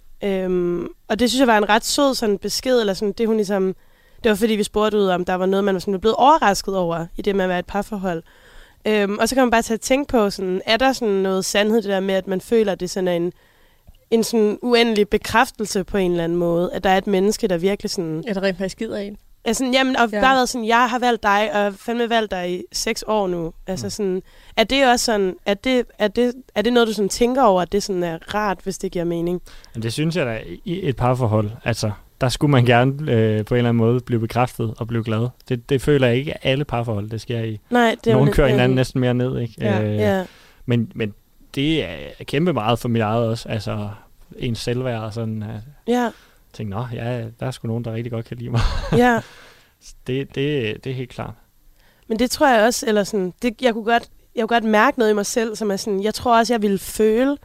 Øhm, og det synes jeg var en ret sød sådan besked, eller sådan det hun ligesom, det var fordi vi spurgte ud om, der var noget, man var sådan blevet overrasket over, i det med at være et parforhold. Øhm, og så kan man bare tage at tænke på, sådan, er der sådan noget sandhed, det der med, at man føler, at det sådan er en, en sådan uendelig bekræftelse på en eller anden måde, at der er et menneske, der virkelig sådan... Er der rent faktisk gider en? Altså, jamen, og Ja. ja. bare været sådan, jeg har valgt dig, og fandme valgt dig i seks år nu. Altså Mm. sådan, er det også sådan, er det, er det, er det noget, du sådan tænker over, at det sådan er rart, hvis det giver mening? Men det synes jeg da i et parforhold. Altså, der skulle man gerne øh, på en eller anden måde blive bekræftet og blive glad. Det, det føler jeg ikke, at alle parforhold, det sker i. Nej, det er jo Nogle lidt- kører ja. hinanden næsten mere ned, ikke? Ja. Øh, Ja, men, men det er kæmpe meget for mit eget også. Altså, ens selvværd og sådan. At ja, tænke, nå, ja, der er sgu nogen, der rigtig godt kan lide mig. ja. det, det, det er helt klart. Men det tror jeg også, eller sådan, det, jeg kunne godt, jeg kunne godt mærke noget i mig selv, som er sådan, jeg tror også, jeg ville føle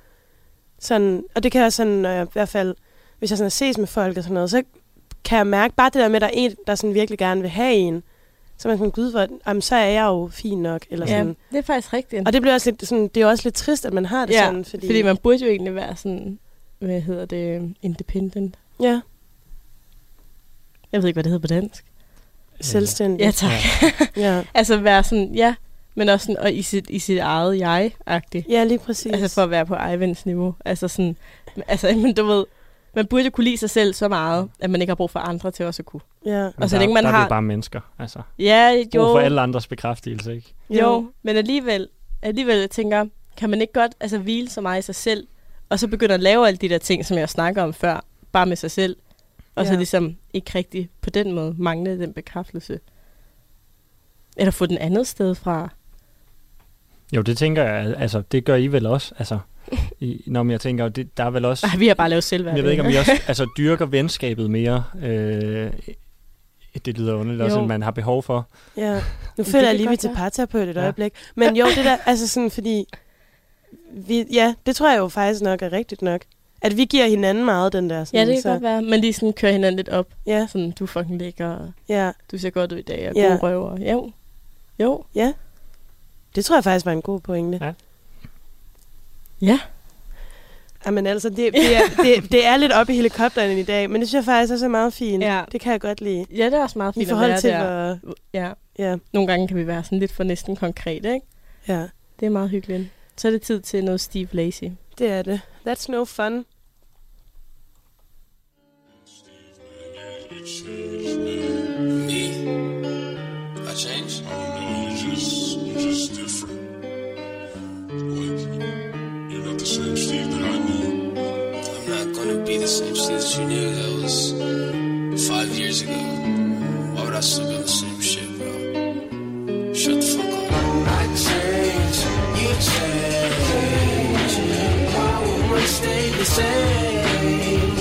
sådan, og det kan jeg sådan, når jeg, i hvert fald, hvis jeg sådan ses med folk og sådan noget, så kan jeg mærke bare det der med, at der er en, der sådan virkelig gerne vil have en, så man sådan, gud, hvor, jamen, så er jeg jo fin nok, eller Ja, sådan. det er faktisk rigtigt. Og det bliver også lidt, sådan, det er også lidt trist, at man har det ja, sådan, fordi, fordi man burde jo egentlig være sådan, hvad hedder det, independent. ja, Jeg ved ikke, hvad det hedder på dansk. selvstændig. Ja, tak. Ja. Altså være sådan, ja, men også sådan, og i sit, i sit eget jeg-agtigt. Ja, lige præcis. Altså for at være på Ejvinds niveau. Altså sådan, altså, men du ved, man burde jo kunne lide sig selv så meget, at man ikke har brug for andre til også at kunne. ja. Men Og så der, længe man der er det har- jo bare mennesker. Altså, Ja, brug jo, for alle andres bekræftelse, ikke? jo, Jo. men alligevel, alligevel jeg tænker, kan man ikke godt altså, hvile så meget i sig selv, og så begynde at lave alle de der ting, som jeg snakker om før, bare med sig selv, og så Ja. ligesom ikke rigtig på den måde mangle den bekræftelse. Eller få den andet sted fra. Jo, det tænker jeg, altså, det gør I vel også, altså, i, når jeg tænker, det, der er vel også, Ej, vi har bare lavet selvværd. jeg ved ikke, om I også altså, dyrker venskabet mere, øh, det lyder underligt også, Jo. end man har behov for. Ja, nu det føler jeg kan lige, vi er godt til være. parterapeut et Ja. øjeblik. Men jo, det der, altså sådan, fordi, vi, ja, det tror jeg jo faktisk nok er rigtigt nok. At vi giver hinanden meget, den der. Sådan, Ja, det kan så, godt være. Men lige sådan kører hinanden lidt op. Ja, Sådan, du er fucking lækker, og ja, du ser godt ud i dag, og Ja. gode røver. Jo. Jo. ja. Det tror jeg faktisk var en god pointe. Ja. Ja. Jamen altså, det, det, er, det, det er lidt oppe i helikopteren i dag, men det synes jeg faktisk også er meget fint. Ja. Det kan jeg godt lide. Ja, det er også meget I fint at forhold være til, der. hvor... Ja. Ja, Nogle gange kan vi være sådan lidt for næsten konkret, ikke? ja, Det er meget hyggeligt. Så er det tid til noget Steve Lacy. det er det. That's no fun. Me? I changed? You're just, you're just different. Like, you're not the same Steve that I knew. I'm not gonna be the same Steve that you knew. That was five years ago. Why would I still be on the same shit, bro? Shut the fuck up. I change, you change. Why would one stay the same?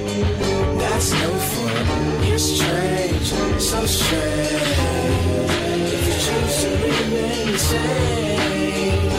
That's no fun. You're strange, so strange. remain the same.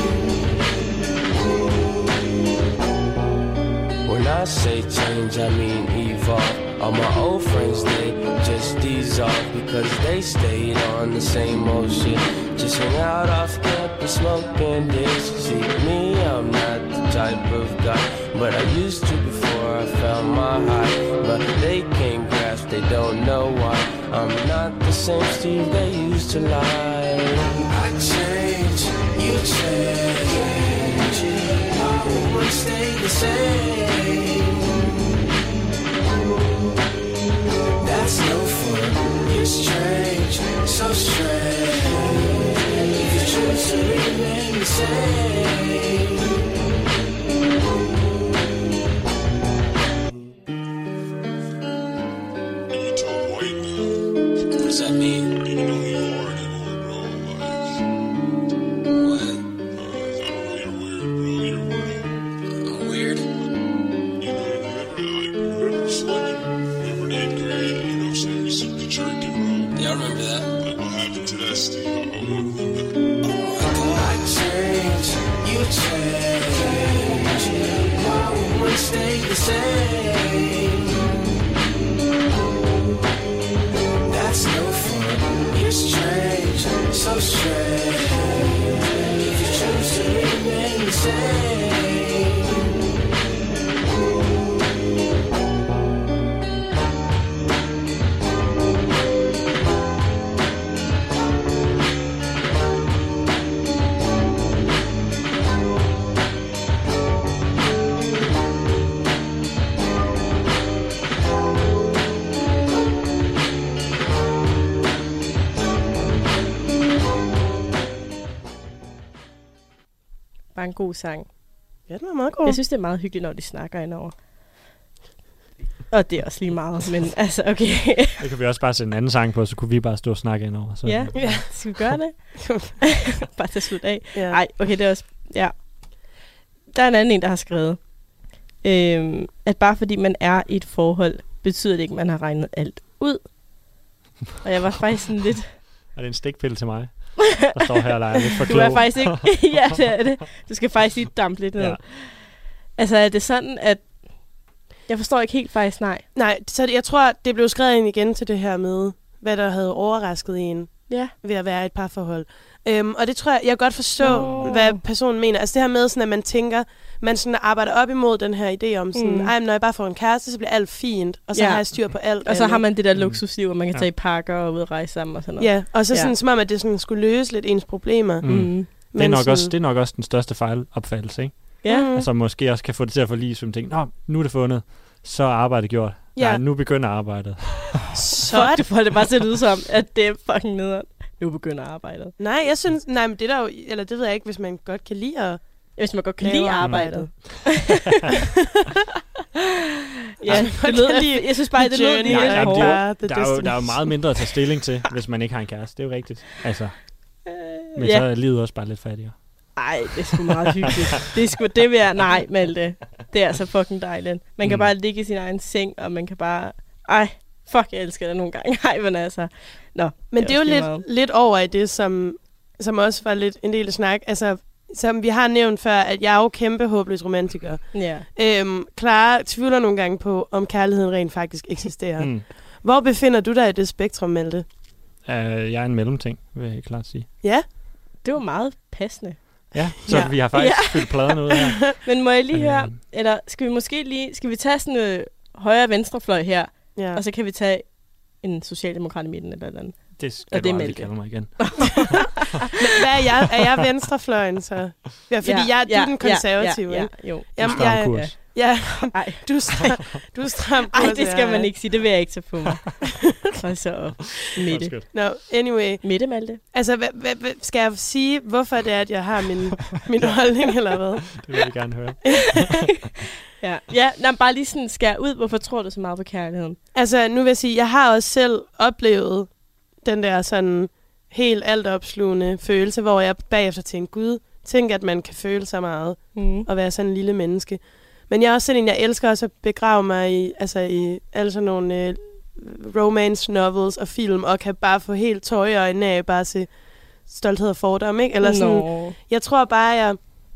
When I say change, I mean evolve. All my old friends, they just dissolve because they stayed on the same old shit. Just hang out off campus, smoking this. See me, I'm not the type of guy, but I used to before I found my high. But they can't grasp, they don't know why. I'm not the same Steve they used to lie. I change, you change. I won't stay the same. That's no fun, it's strange, so strange. If you choose to remain the same. You told white man. What does that mean? You don't know who you are anymore, bro. Like, What? uh, I don't know, you're weird, bro. You're weird. I'm weird? You know, remember, like, remember Slim? Remember the eighth grade? You know what I'm saying? We took the jerky, bro. Yeah, I remember that. Like, what happened to that, Steve? I don't know. I change, you change. I won't stay the same. That's no fun, it's strange, so strange. If you choose to remain the same. Bare en god sang. Ja, den var meget god. Jeg synes, det er meget hyggeligt, når de snakker indover. Og det er også lige meget, men altså, okay. Det kan vi også bare sætte en anden sang på, så kunne vi bare stå og snakke indover. Så. Ja, ja, skal vi gøre det? Bare til slut af. Ja. Nej, okay, det er også... Ja. Der er en anden en, der har skrevet, øhm, at bare fordi man er i et forhold, betyder det ikke, at man har regnet alt ud. Og jeg var faktisk sådan lidt... Er det en stikpille til mig? Der står her og leger lidt for Du klog. er faktisk ikke... Ja, det er det. Du skal faktisk lige dampe lidt ned. Ja. Altså, er det sådan, at... Jeg forstår ikke helt faktisk, nej. Nej, så jeg tror, det blev skrevet ind igen til det her med, hvad der havde overrasket en Ja. ved at være i et parforhold. Øhm, og det tror jeg, jeg kan godt forstå, Nå. hvad personen mener. Altså det her med, sådan, at man tænker, man sådan arbejder op imod den her idé om, sådan, Mm. ej, men når jeg bare får en kæreste, så bliver alt fint, og så Ja. har jeg styr på alt. Og så andet. har man det der luksusliv, og man kan Ja. tage i parker og ud og rejse sammen og sådan noget. Ja, og så Ja. sådan, som om, at det sådan skulle løse lidt ens problemer. Mm. Mm. Det er, nok sådan, også, det er nok også den største fejlopfattelse, ikke? Ja. Mm. Altså måske også kan få det til at forlige som ting. Nå, nu er det fundet. Så er arbejdet gjort. Ja. Nej, nu begynder arbejdet. Så Fuck, du får det bare til at lyde som, at det er fucking nederen. Nu begynder arbejdet. Nej, jeg synes, nej, men det er der jo, eller det ved jeg ikke, hvis man godt kan lide at Hvis man godt kan lave lide arbejdet. Ja, Ej, det man lød, kan lide jeg synes bare, det lød journey lige Nej, lidt jamen, det hårdt. er jo, The der, er jo, der er jo destination. meget mindre at tage stilling til, hvis man ikke har en kæreste. Det er jo rigtigt. Altså, men Ja. så er livet også bare lidt fattigere. Ej, det er sgu meget hyggeligt. Det er sgu, det vil jeg, nej, Malte. Det er så fucking dejligt. Man kan Mm. bare ligge i sin egen seng, og man kan bare, ej, fuck, jeg elsker det nogle gange. Ej, men altså, nå. Men det er jo også lige lidt, meget. lidt over i det, som, som også var lidt en del af snak. Altså, som vi har nævnt før, at jeg er jo kæmpe håbløs romantiker. Ja. Øhm, Clara tvivler nogle gange på, om kærligheden rent faktisk eksisterer. Mm. Mm. Hvor befinder du dig i det spektrum, Malte? Uh, jeg er en mellemting, vil jeg klart sige. Ja? Det var meget passende. Ja, så Ja. ja. vi har faktisk Ja. ja. fyldt pladerne ud her. Men må jeg lige Men, høre, øh, eller skal vi måske lige, skal vi tage sådan en øh, højre-venstre-fløj her, Ja. og så kan vi tage en socialdemokrat i midten eller noget andet. Det skal Og du det er aldrig Malte. kalde mig igen. Men hvad er jeg? Er jeg venstrefløjen så? Ja, fordi ja, jeg, du er den konservative, ja, ja, ikke? ja, jo. Du Jamen, stram jeg, kurs. ja, Ej. du er stram, du er stram Ej, kurs, det skal ja. man ikke sige. Det vil jeg ikke tage på mig. Og så Mette. Undskyld. No, anyway. Mette, Malte. Altså, hvad, hvad, hvad, skal jeg sige, hvorfor det er, at jeg har min, min holdning, eller hvad? Det vil jeg gerne høre. Ja, ja nej, bare lige sådan skær ud. Hvorfor tror du så meget på kærligheden? Altså, nu vil jeg sige, jeg har også selv oplevet den der sådan helt altopslugende følelse, hvor jeg bagefter tænkte, gud, tænk, at man kan føle så meget Mm. og være sådan en lille menneske. Men jeg er også sådan en, jeg elsker også at begrave mig i, altså i alle sådan nogle øh, romance novels og film, og kan bare få helt tøj i øjnene af, bare se stolthed og fordom, ikke? Eller sådan, Nå. jeg tror bare, jeg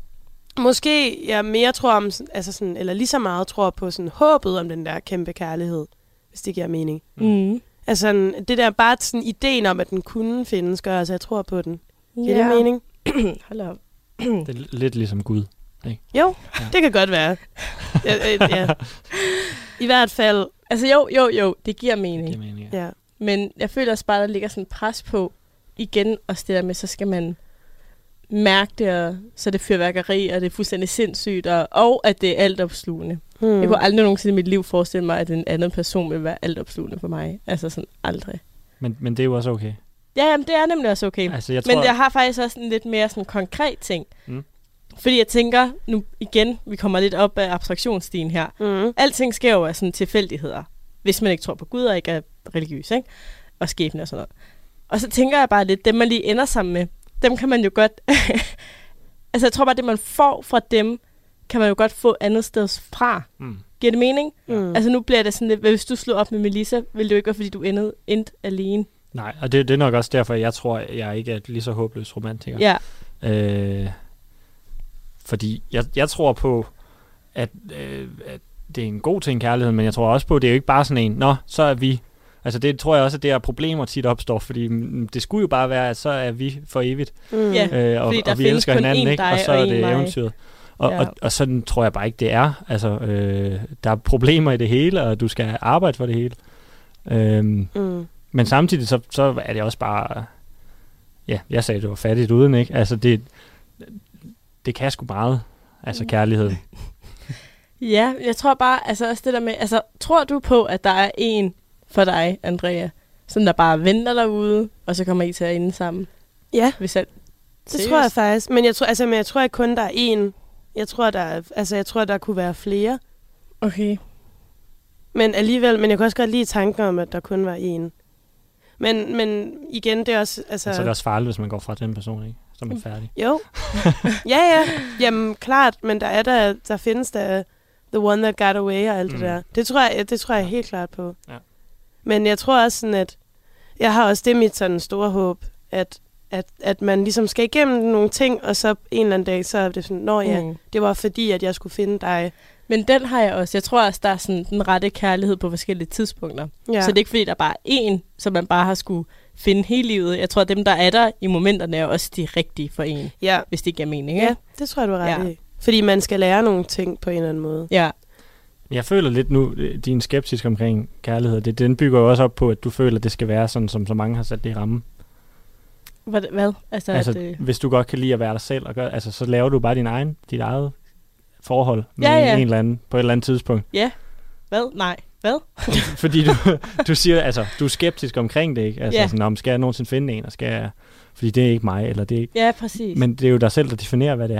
måske jeg mere tror om, altså sådan, eller lige så meget tror på sådan håbet om den der kæmpe kærlighed, hvis det giver mening. Mm. Altså sådan, det der bare sådan ideen om, at den kunne findes, gør altså, jeg tror på den. Giver Ja. det mening? Hold op. Det er lidt ligesom Gud. Ikke? Jo, Ja. det kan godt være. ja, øh, ja. I hvert fald, Altså jo, jo, jo, det giver mening. Det giver mening, ja. ja. Men jeg føler også bare, der ligger sådan pres på igen, og det der med, så skal man mærke det, og så er det fyrværkeri, og det er fuldstændig sindssygt, og, og at det er altopslugende. Hmm. Mm. Jeg kunne aldrig nogensinde i mit liv forestille mig, at en anden person vil være altopslugende for mig. Altså sådan aldrig. Men, men det er jo også okay. Ja, jamen, det er nemlig også okay. Altså, jeg tror, Men jeg har faktisk også en lidt mere sådan konkret ting. Mm. Fordi jeg tænker, nu igen, vi kommer lidt op af abstraktionsstien her. Mm. Alting sker jo af sådan tilfældigheder, hvis man ikke tror på Gud og ikke er religiøs, ikke? Og skæbne og sådan noget. Og så tænker jeg bare lidt, dem man lige ender sammen med, dem kan man jo godt... altså jeg tror bare, det man får fra dem, kan man jo godt få andet sted fra. Mm. Giver det mening? Mm. Altså nu bliver det sådan lidt, hvis du slår op med Melissa, ville det jo ikke være, fordi du endte, endte alene. Nej, og det, det er nok også derfor, jeg tror, jeg ikke er lige så håbløs romantiker. Ja. Øh, fordi jeg, jeg tror på, at, øh, at det er en god ting, kærligheden, men jeg tror også på, at det er jo ikke bare sådan en, nå, så er vi... Altså det tror jeg også, at det er problemer tit opstår, fordi mm, det skulle jo bare være, at så er vi for evigt, Mm. Ja. øh, og, Fordi der og vi findes elsker kun hinanden, én ikke? dig Og så og er én det mig. eventyret. Og, Ja. og, og sådan tror jeg bare ikke, det er. Altså, øh, der er problemer i det hele, og du skal arbejde for det hele. Øhm, Mm. Men samtidig, så, så er det også bare... Ja, jeg sagde, det var fattigt uden, ikke? Altså, det, det kan sgu meget. Altså, kærligheden. Ja, jeg tror bare, altså også det der med, altså tror du på, at der er en for dig, Andrea, som der bare venter derude, og så kommer I til at ende sammen? Ja, Hvis jeg, det tror jeg faktisk. Men jeg tror, altså, men jeg tror ikke kun, der er én. Jeg tror, der er, altså, jeg tror, der kunne være flere. Okay. Men alligevel, men jeg kan også godt lide tanken om, at der kun var én. Men, men igen, det er også... Altså, Så er det også farligt, hvis man går fra den person, ikke? Så er man færdig. Jo. ja, ja. Jamen, klart. Men der er der, der findes der The One That Got Away og alt mm. det der. Det tror jeg, det tror jeg helt klart på. Ja. Men jeg tror også sådan, at jeg har også det mit sådan store håb, at, at, at man ligesom skal igennem nogle ting, og så en eller anden dag, så er det sådan, nå ja, Mm. det var fordi, at jeg skulle finde dig. Men den har jeg også. Jeg tror også, der er sådan den rette kærlighed på forskellige tidspunkter. Ja. Så det er ikke fordi, der er bare én, som man bare har skulle finde hele livet. Jeg tror, at dem, der er der i momenterne, er også de rigtige for en, Ja, hvis det giver mening. ja Ikke? det tror jeg, du er ret Ja. i. Fordi man skal lære nogle ting på en eller anden måde. Ja. Jeg føler lidt nu, øh, din skeptisk omkring kærlighed, det, den bygger jo også op på, at du føler, at det skal være sådan, som så mange har sat det i rammen. Hvad? hvad? Altså, Altså, at, øh, hvis du godt kan lide at være dig selv, og gør, altså, så laver du bare din egen, dit eget forhold med Ja, en, ja. en eller anden, på et eller andet tidspunkt. ja. Hvad? Nej. Hvad? Fordi du, du siger, altså, du er skeptisk omkring det, ikke? Altså, Ja. sådan, om skal jeg nogensinde finde en, og skal jeg, fordi det er ikke mig, eller det er ikke... Ja, præcis. Men det er jo dig selv, der definerer, hvad det er.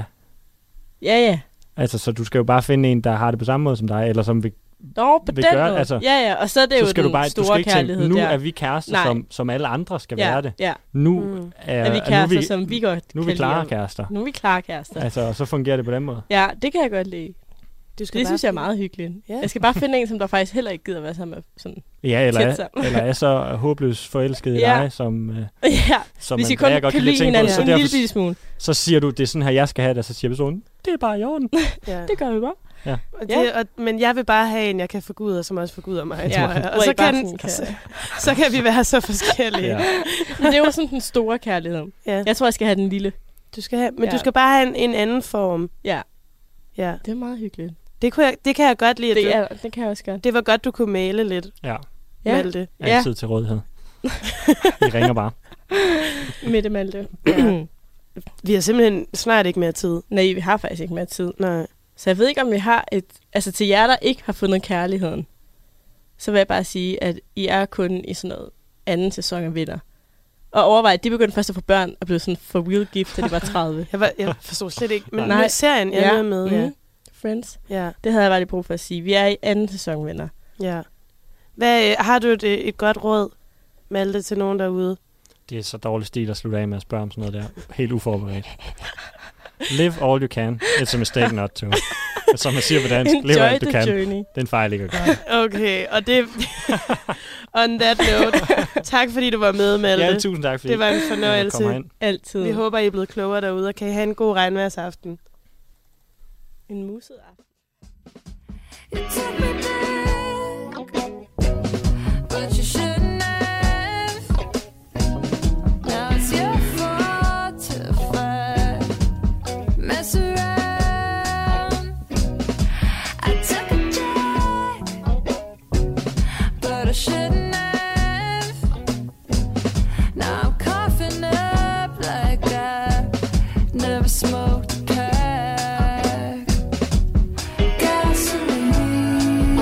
Ja, ja. Altså, så du skal jo bare finde en, der har det på samme måde som dig, eller som vil... Nå, på vil den gøre- måde. altså, ja, ja. Og så er det jo så skal den du bare, du store skal ikke kærlighed tænke, nu der. er vi kærester, Nej. som, som alle andre skal ja, være det. Ja, Nu Mm. er, er vi nu er kærester, vi, som vi godt nu er kan vi lide klare om- kærester. Nu er vi klare kærester. Altså, og så fungerer det på den måde. Ja, det kan jeg godt lide. Du skal Det bare synes jeg er finde- meget hyggeligt. Ja. Jeg skal bare finde en, som der faktisk heller ikke gider være sammen med. Sådan. Ja, eller Tæt er, sammen. eller er så håbløst forelsket i Ja. dig, som, øh, Ja, som hvis I Andrea kun godt kan lide at lide tænke på. hinanden Så, en lille derfor, bitte smule. så siger du, det er sådan her, jeg skal have det, og så siger personen, det er bare i orden. Ja. Det gør vi bare. Og det, og, men jeg vil bare have en, jeg kan forgude, og som også forguder mig, Ja, tror jeg. hvor Og I så bare kan, sådan kan- så, så kan vi være så forskellige. Ja. Men det er jo sådan den store kærlighed. Ja. Jeg tror, jeg skal have den lille. Du skal have, men Ja. du skal bare have en, en anden form. Ja, Ja. det er meget hyggeligt. Det, kunne jeg, det kan jeg godt lide. at Det, du, er, det kan jeg også godt. det var godt, du kunne male lidt, Ja, Ja, Malte. altid til rådighed. I ringer bare. Mette Malte. Vi har simpelthen snart ikke mere tid. Nej, vi har faktisk ikke mere tid. Nej. Så jeg ved ikke, om vi har et... Altså til jer, der ikke har fundet kærligheden, så vil jeg bare sige, at I er kun i sådan noget anden sæson af Vinder. Og overvej, at de begyndte først at få børn og blev sådan for real gift, da de var tredive. Jeg, var, jeg forstod slet ikke. Men Nej. Nej. serien, jeg er med, ja. Mhm. Friends. Ja. Det havde jeg bare lige brug for at sige. Vi er i anden sæson Vinder. ja. Hvad, øh, har du et, et godt råd, Malte, til nogen derude? Det er så dårlig stil at slutte af med at spørge om sådan noget der. Helt uforberedt. Live all you can. It's a mistake not to. Som man siger på dansk, lev alt du kan. Journey. Det er en fejl ikke at gøre. Okay, og det... On that note, tak fordi du var med, Malte. Ja, tusind tak fordi det var en fornøjelse. Altid. Vi håber, I er blevet klogere derude, og kan I have en god regnværsaften. En muset aften. But you shouldn't have. Now it's your fault to fight. Mess around. I took a check, but I shouldn't have. Now I'm coughing up like I never smoked a pack. Gasoline.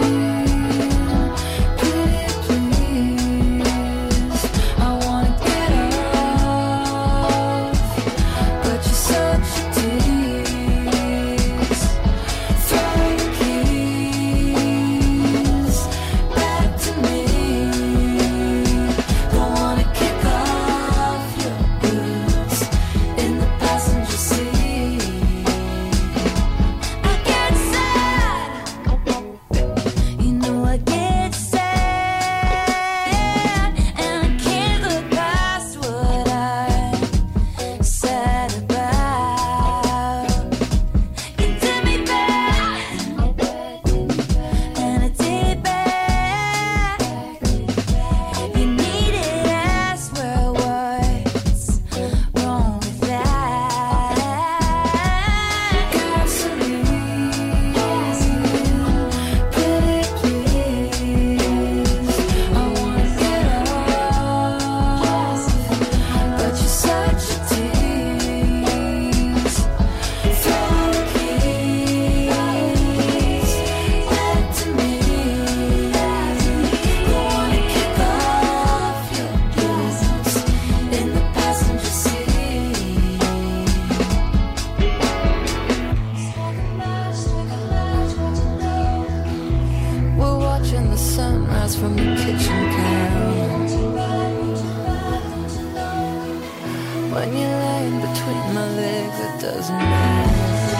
When you're laying between my legs, it doesn't matter.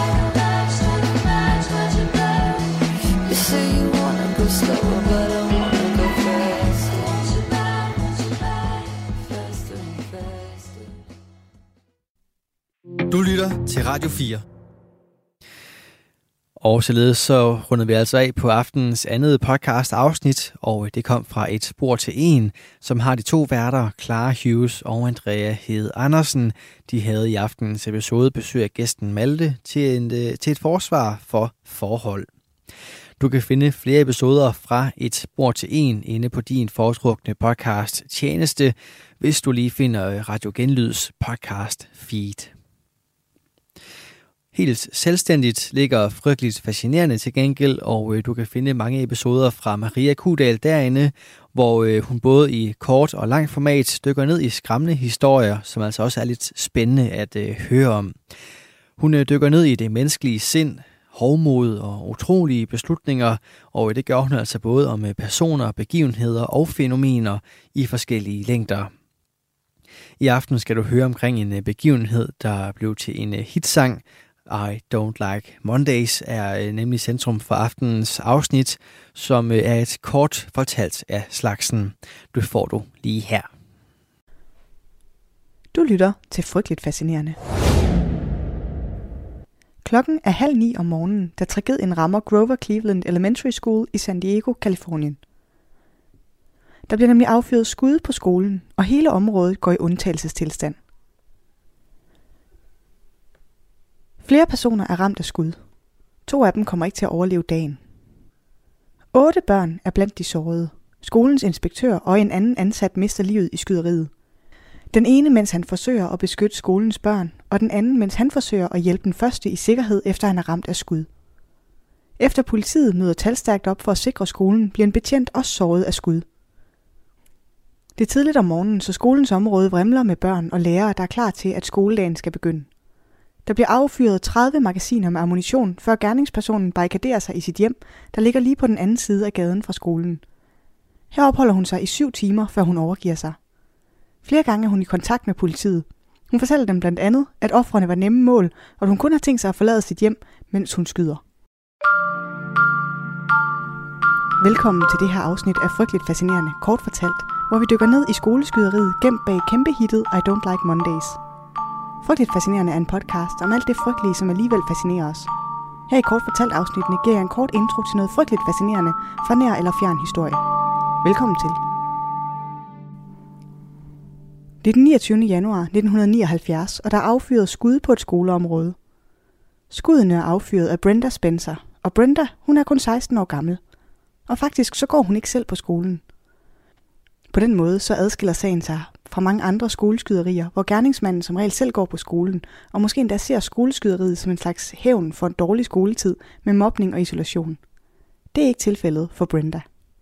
You say you wanna go slower, but I wanna go faster. Faster and faster. Du lytter til Radio fire. Og således så rundede vi altså af på aftenens andet podcast afsnit, og det kom fra Et spor til en, som har de to værter, Clara Hughes og Andrea Hede Andersen. De havde i aftenens episode besøg af gæsten Malte til, en, til et forsvar for forhold. Du kan finde flere episoder fra Et spor til en inde på din foretrukne podcast tjeneste, hvis du lige finder Radio Genlyds podcast feed. Helt selvstændigt ligger Frygteligt Fascinerende til gengæld, og øh, du kan finde mange episoder fra Maria Kudal derinde, hvor øh, hun både i kort og lang format dykker ned i skræmmende historier, som altså også er lidt spændende at øh, høre om. Hun øh, dykker ned i det menneskelige sind, hovmod og utrolige beslutninger, og øh, det gør hun altså både om øh, personer, begivenheder og fænomener i forskellige længder. I aften skal du høre omkring en øh, begivenhed, der blev til en øh, hitsang. I Don't Like Mondays er nemlig centrum for aftenens afsnit, som er et kort fortalt af slagsen. Det får du lige her. Du lytter til Frygteligt Fascinerende. Klokken er halv ni om morgenen, da tragedien rammer Grover Cleveland Elementary School i San Diego, Californien. Der bliver nemlig affyret skud på skolen, og hele området går i undtagelsestilstand. Flere personer er ramt af skud. To af dem kommer ikke til at overleve dagen. Otte børn er blandt de sårede. Skolens inspektør og en anden ansat mister livet i skyderiet. Den ene, mens han forsøger at beskytte skolens børn, og den anden, mens han forsøger at hjælpe den første i sikkerhed, efter han er ramt af skud. Efter politiet møder talstærkt op for at sikre skolen, bliver en betjent også såret af skud. Det er tidligt om morgenen, så skolens område vrimler med børn og lærere, der er klar til, at skoledagen skal begynde. Der bliver affyret tredive magasiner med ammunition, før gerningspersonen barrikaderer sig i sit hjem, der ligger lige på den anden side af gaden fra skolen. Her opholder hun sig i syv timer, før hun overgiver sig. Flere gange er hun i kontakt med politiet. Hun fortæller dem blandt andet, at ofrene var nemme mål, og at hun kun har tænkt sig at forlade sit hjem, mens hun skyder. Velkommen til det her afsnit af Frygteligt Fascinerende, kort fortalt, hvor vi dykker ned i skoleskyderiet gemt bag kæmpehittet I Don't Like Mondays. Frygteligt Fascinerende er en podcast om alt det frygtelige, som alligevel fascinerer os. Her i kort fortalt afsnittene giver jeg en kort intro til noget frygteligt fascinerende fra nær eller fjern historie. Velkommen til. Det er den niogtyvende januar nitten nioghalvfjerds, og der er affyret skud på et skoleområde. Skuddene er affyret af Brenda Spencer, og Brenda, hun er kun seksten år gammel. Og faktisk så går hun ikke selv på skolen. På den måde så adskiller sagen sig fra mange andre skoleskyderier, hvor gerningsmanden som regel selv går på skolen, og måske endda ser skoleskyderiet som en slags hævn for en dårlig skoletid med mobning og isolation. Det er ikke tilfældet for Brenda.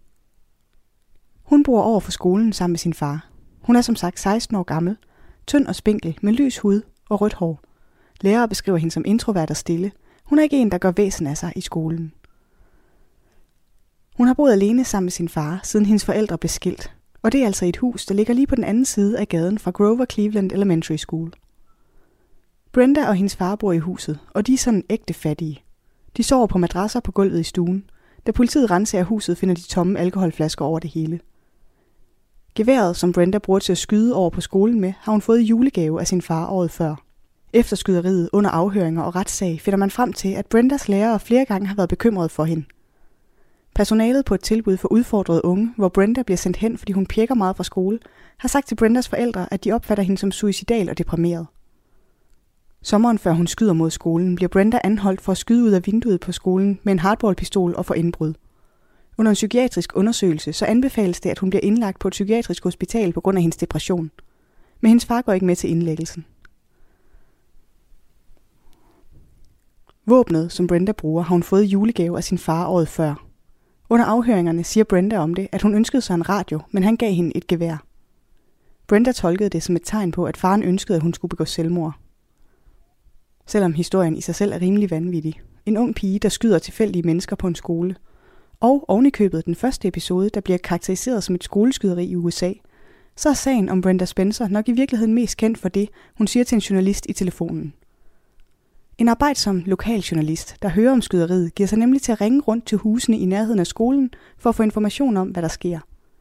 Hun bor over for skolen sammen med sin far. Hun er som sagt seksten år gammel, tynd og spinkel med lys hud og rødt hår. Lærere beskriver hende som introvert og stille. Hun er ikke en, der gør væsen af sig i skolen. Hun har boet alene sammen med sin far, siden hendes forældre blev skilt. Og det er altså et hus, der ligger lige på den anden side af gaden fra Grover Cleveland Elementary School. Brenda og hendes far bor i huset, og de er sådan ægte fattige. De sover på madrasser på gulvet i stuen. Da politiet renser huset, finder de tomme alkoholflasker over det hele. Geværet, som Brenda bruger til at skyde over på skolen med, har hun fået i julegave af sin far året før. Efter skyderiet, under afhøringer og retssag, finder man frem til, at Brendas lærere flere gange har været bekymret for hende. Personalet på et tilbud for udfordrede unge, hvor Brenda bliver sendt hen, fordi hun pjekker meget fra skole, har sagt til Brendas forældre, at de opfatter hende som suicidal og deprimeret. Sommeren før hun skyder mod skolen, bliver Brenda anholdt for at skyde ud af vinduet på skolen med en hardballpistol og for indbrud. Under en psykiatrisk undersøgelse, så anbefales det, at hun bliver indlagt på et psykiatrisk hospital på grund af hendes depression. Men hendes far går ikke med til indlæggelsen. Våbnet, som Brenda bruger, har hun fået i julegave af sin far året før. Under afhøringerne siger Brenda om det, at hun ønskede sig en radio, men han gav hende et gevær. Brenda tolkede det som et tegn på, at faren ønskede, at hun skulle begå selvmord. Selvom historien i sig selv er rimelig vanvittig. En ung pige, der skyder tilfældige mennesker på en skole. Og ovenikøbet den første episode, der bliver karakteriseret som et skoleskyderi i U S A, så er sagen om Brenda Spencer nok i virkeligheden mest kendt for det, hun siger til en journalist i telefonen. En arbejdsom lokaljournalist, der hører om skyderiet, giver sig nemlig til at ringe rundt til husene i nærheden af skolen for at få information om, hvad der sker.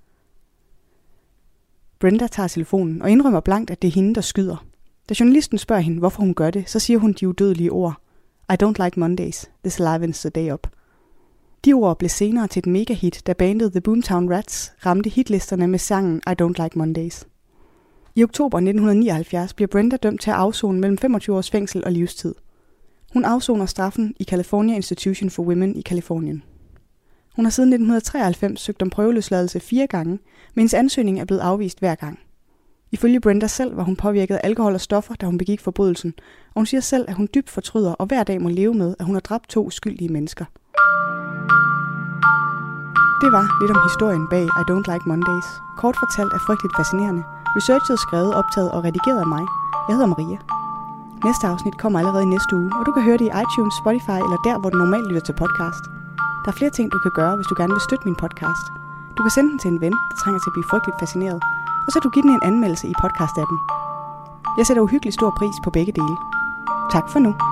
Brenda tager telefonen og indrømmer blankt, at det er hende, der skyder. Da journalisten spørger hende, hvorfor hun gør det, så siger hun de udødelige ord. I don't like Mondays. This livens the day up. De ord blev senere til et megahit, da bandet The Boomtown Rats ramte hitlisterne med sangen I don't like Mondays. I oktober nitten nioghalvfjerds bliver Brenda dømt til at afsone mellem femogtyve års fængsel og livstid. Hun afsoner straffen i California Institution for Women i Californien. Hun har siden nitten treoghalvfems søgt om prøveløsladelse fire gange, men hendes ansøgning er blevet afvist hver gang. Ifølge Brenda selv var hun påvirket af alkohol og stoffer, da hun begik forbrydelsen, og hun siger selv, at hun dybt fortryder og hver dag må leve med, at hun har dræbt to uskyldige mennesker. Det var lidt om historien bag I Don't Like Mondays. Kort fortalt er frygteligt fascinerende. Researchet, skrevet, optaget og redigeret af mig. Jeg hedder Maria. Næste afsnit kommer allerede i næste uge, og du kan høre det i iTunes, Spotify eller der, hvor du normalt lytter til podcast. Der er flere ting, du kan gøre, hvis du gerne vil støtte min podcast. Du kan sende den til en ven, der trænger til at blive frygteligt fascineret, og så kan du give den en anmeldelse i podcast-appen. Jeg sætter uhyggelig stor pris på begge dele. Tak for nu.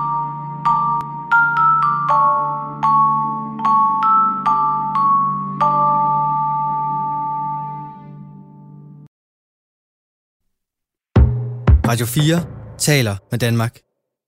Radio fire taler med Danmark.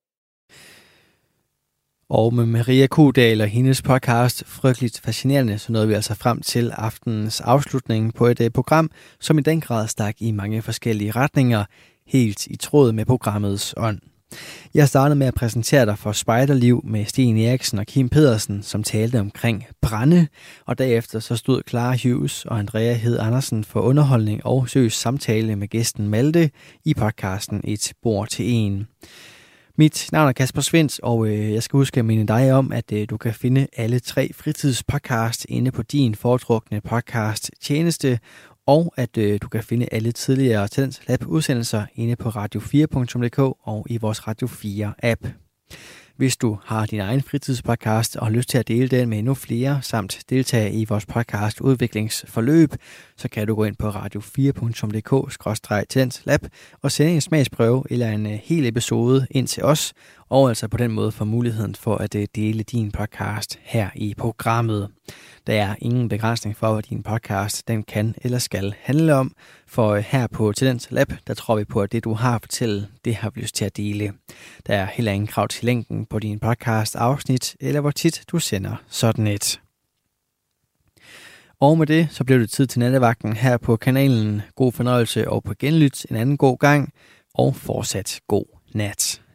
Og med Maria Kudal og hendes podcast Frygteligt Fascinerende, så nåede vi altså frem til aftenens afslutning på et program, som i den grad stak i mange forskellige retninger, helt i tråd med programmets ånd. Jeg startede med at præsentere dig for Spejderliv med Sten Eriksen og Kim Pedersen, som talte omkring brænde, og derefter så stod Clara Hughes og Andrea Hed Andersen for underholdning og seriøs samtale med gæsten Malte i podcasten Et bord til en. Mit navn er Kasper Svens, og øh, jeg skal huske at minde dig om, at øh, du kan finde alle tre fritidspodcasts inde på din foretrukne podcast tjeneste, og at øh, du kan finde alle tidligere Talents Lab udsendelser inde på radio fire punktum d k og i vores Radio fire app. Hvis du har din egen fritidspodcast og har lyst til at dele den med endnu flere, samt deltage i vores podcast udviklingsforløb, så kan du gå ind på radio fire punktum d k skråstreg talents lab og sende en smagsprøve eller en hel episode ind til os, og altså på den måde få muligheden for at dele din podcast her i programmet. Der er ingen begrænsning for, hvad din podcast den kan eller skal handle om, for her på Talent Lab, der tror vi på, at det du har at fortælle, det har vi lyst til at dele. Der er heller ingen krav til længden på din podcast afsnit, eller hvor tit du sender sådan et. Og med det, så blev det tid til nattevagten her på kanalen. God fornøjelse og på genlyt en anden god gang, og fortsat god nat.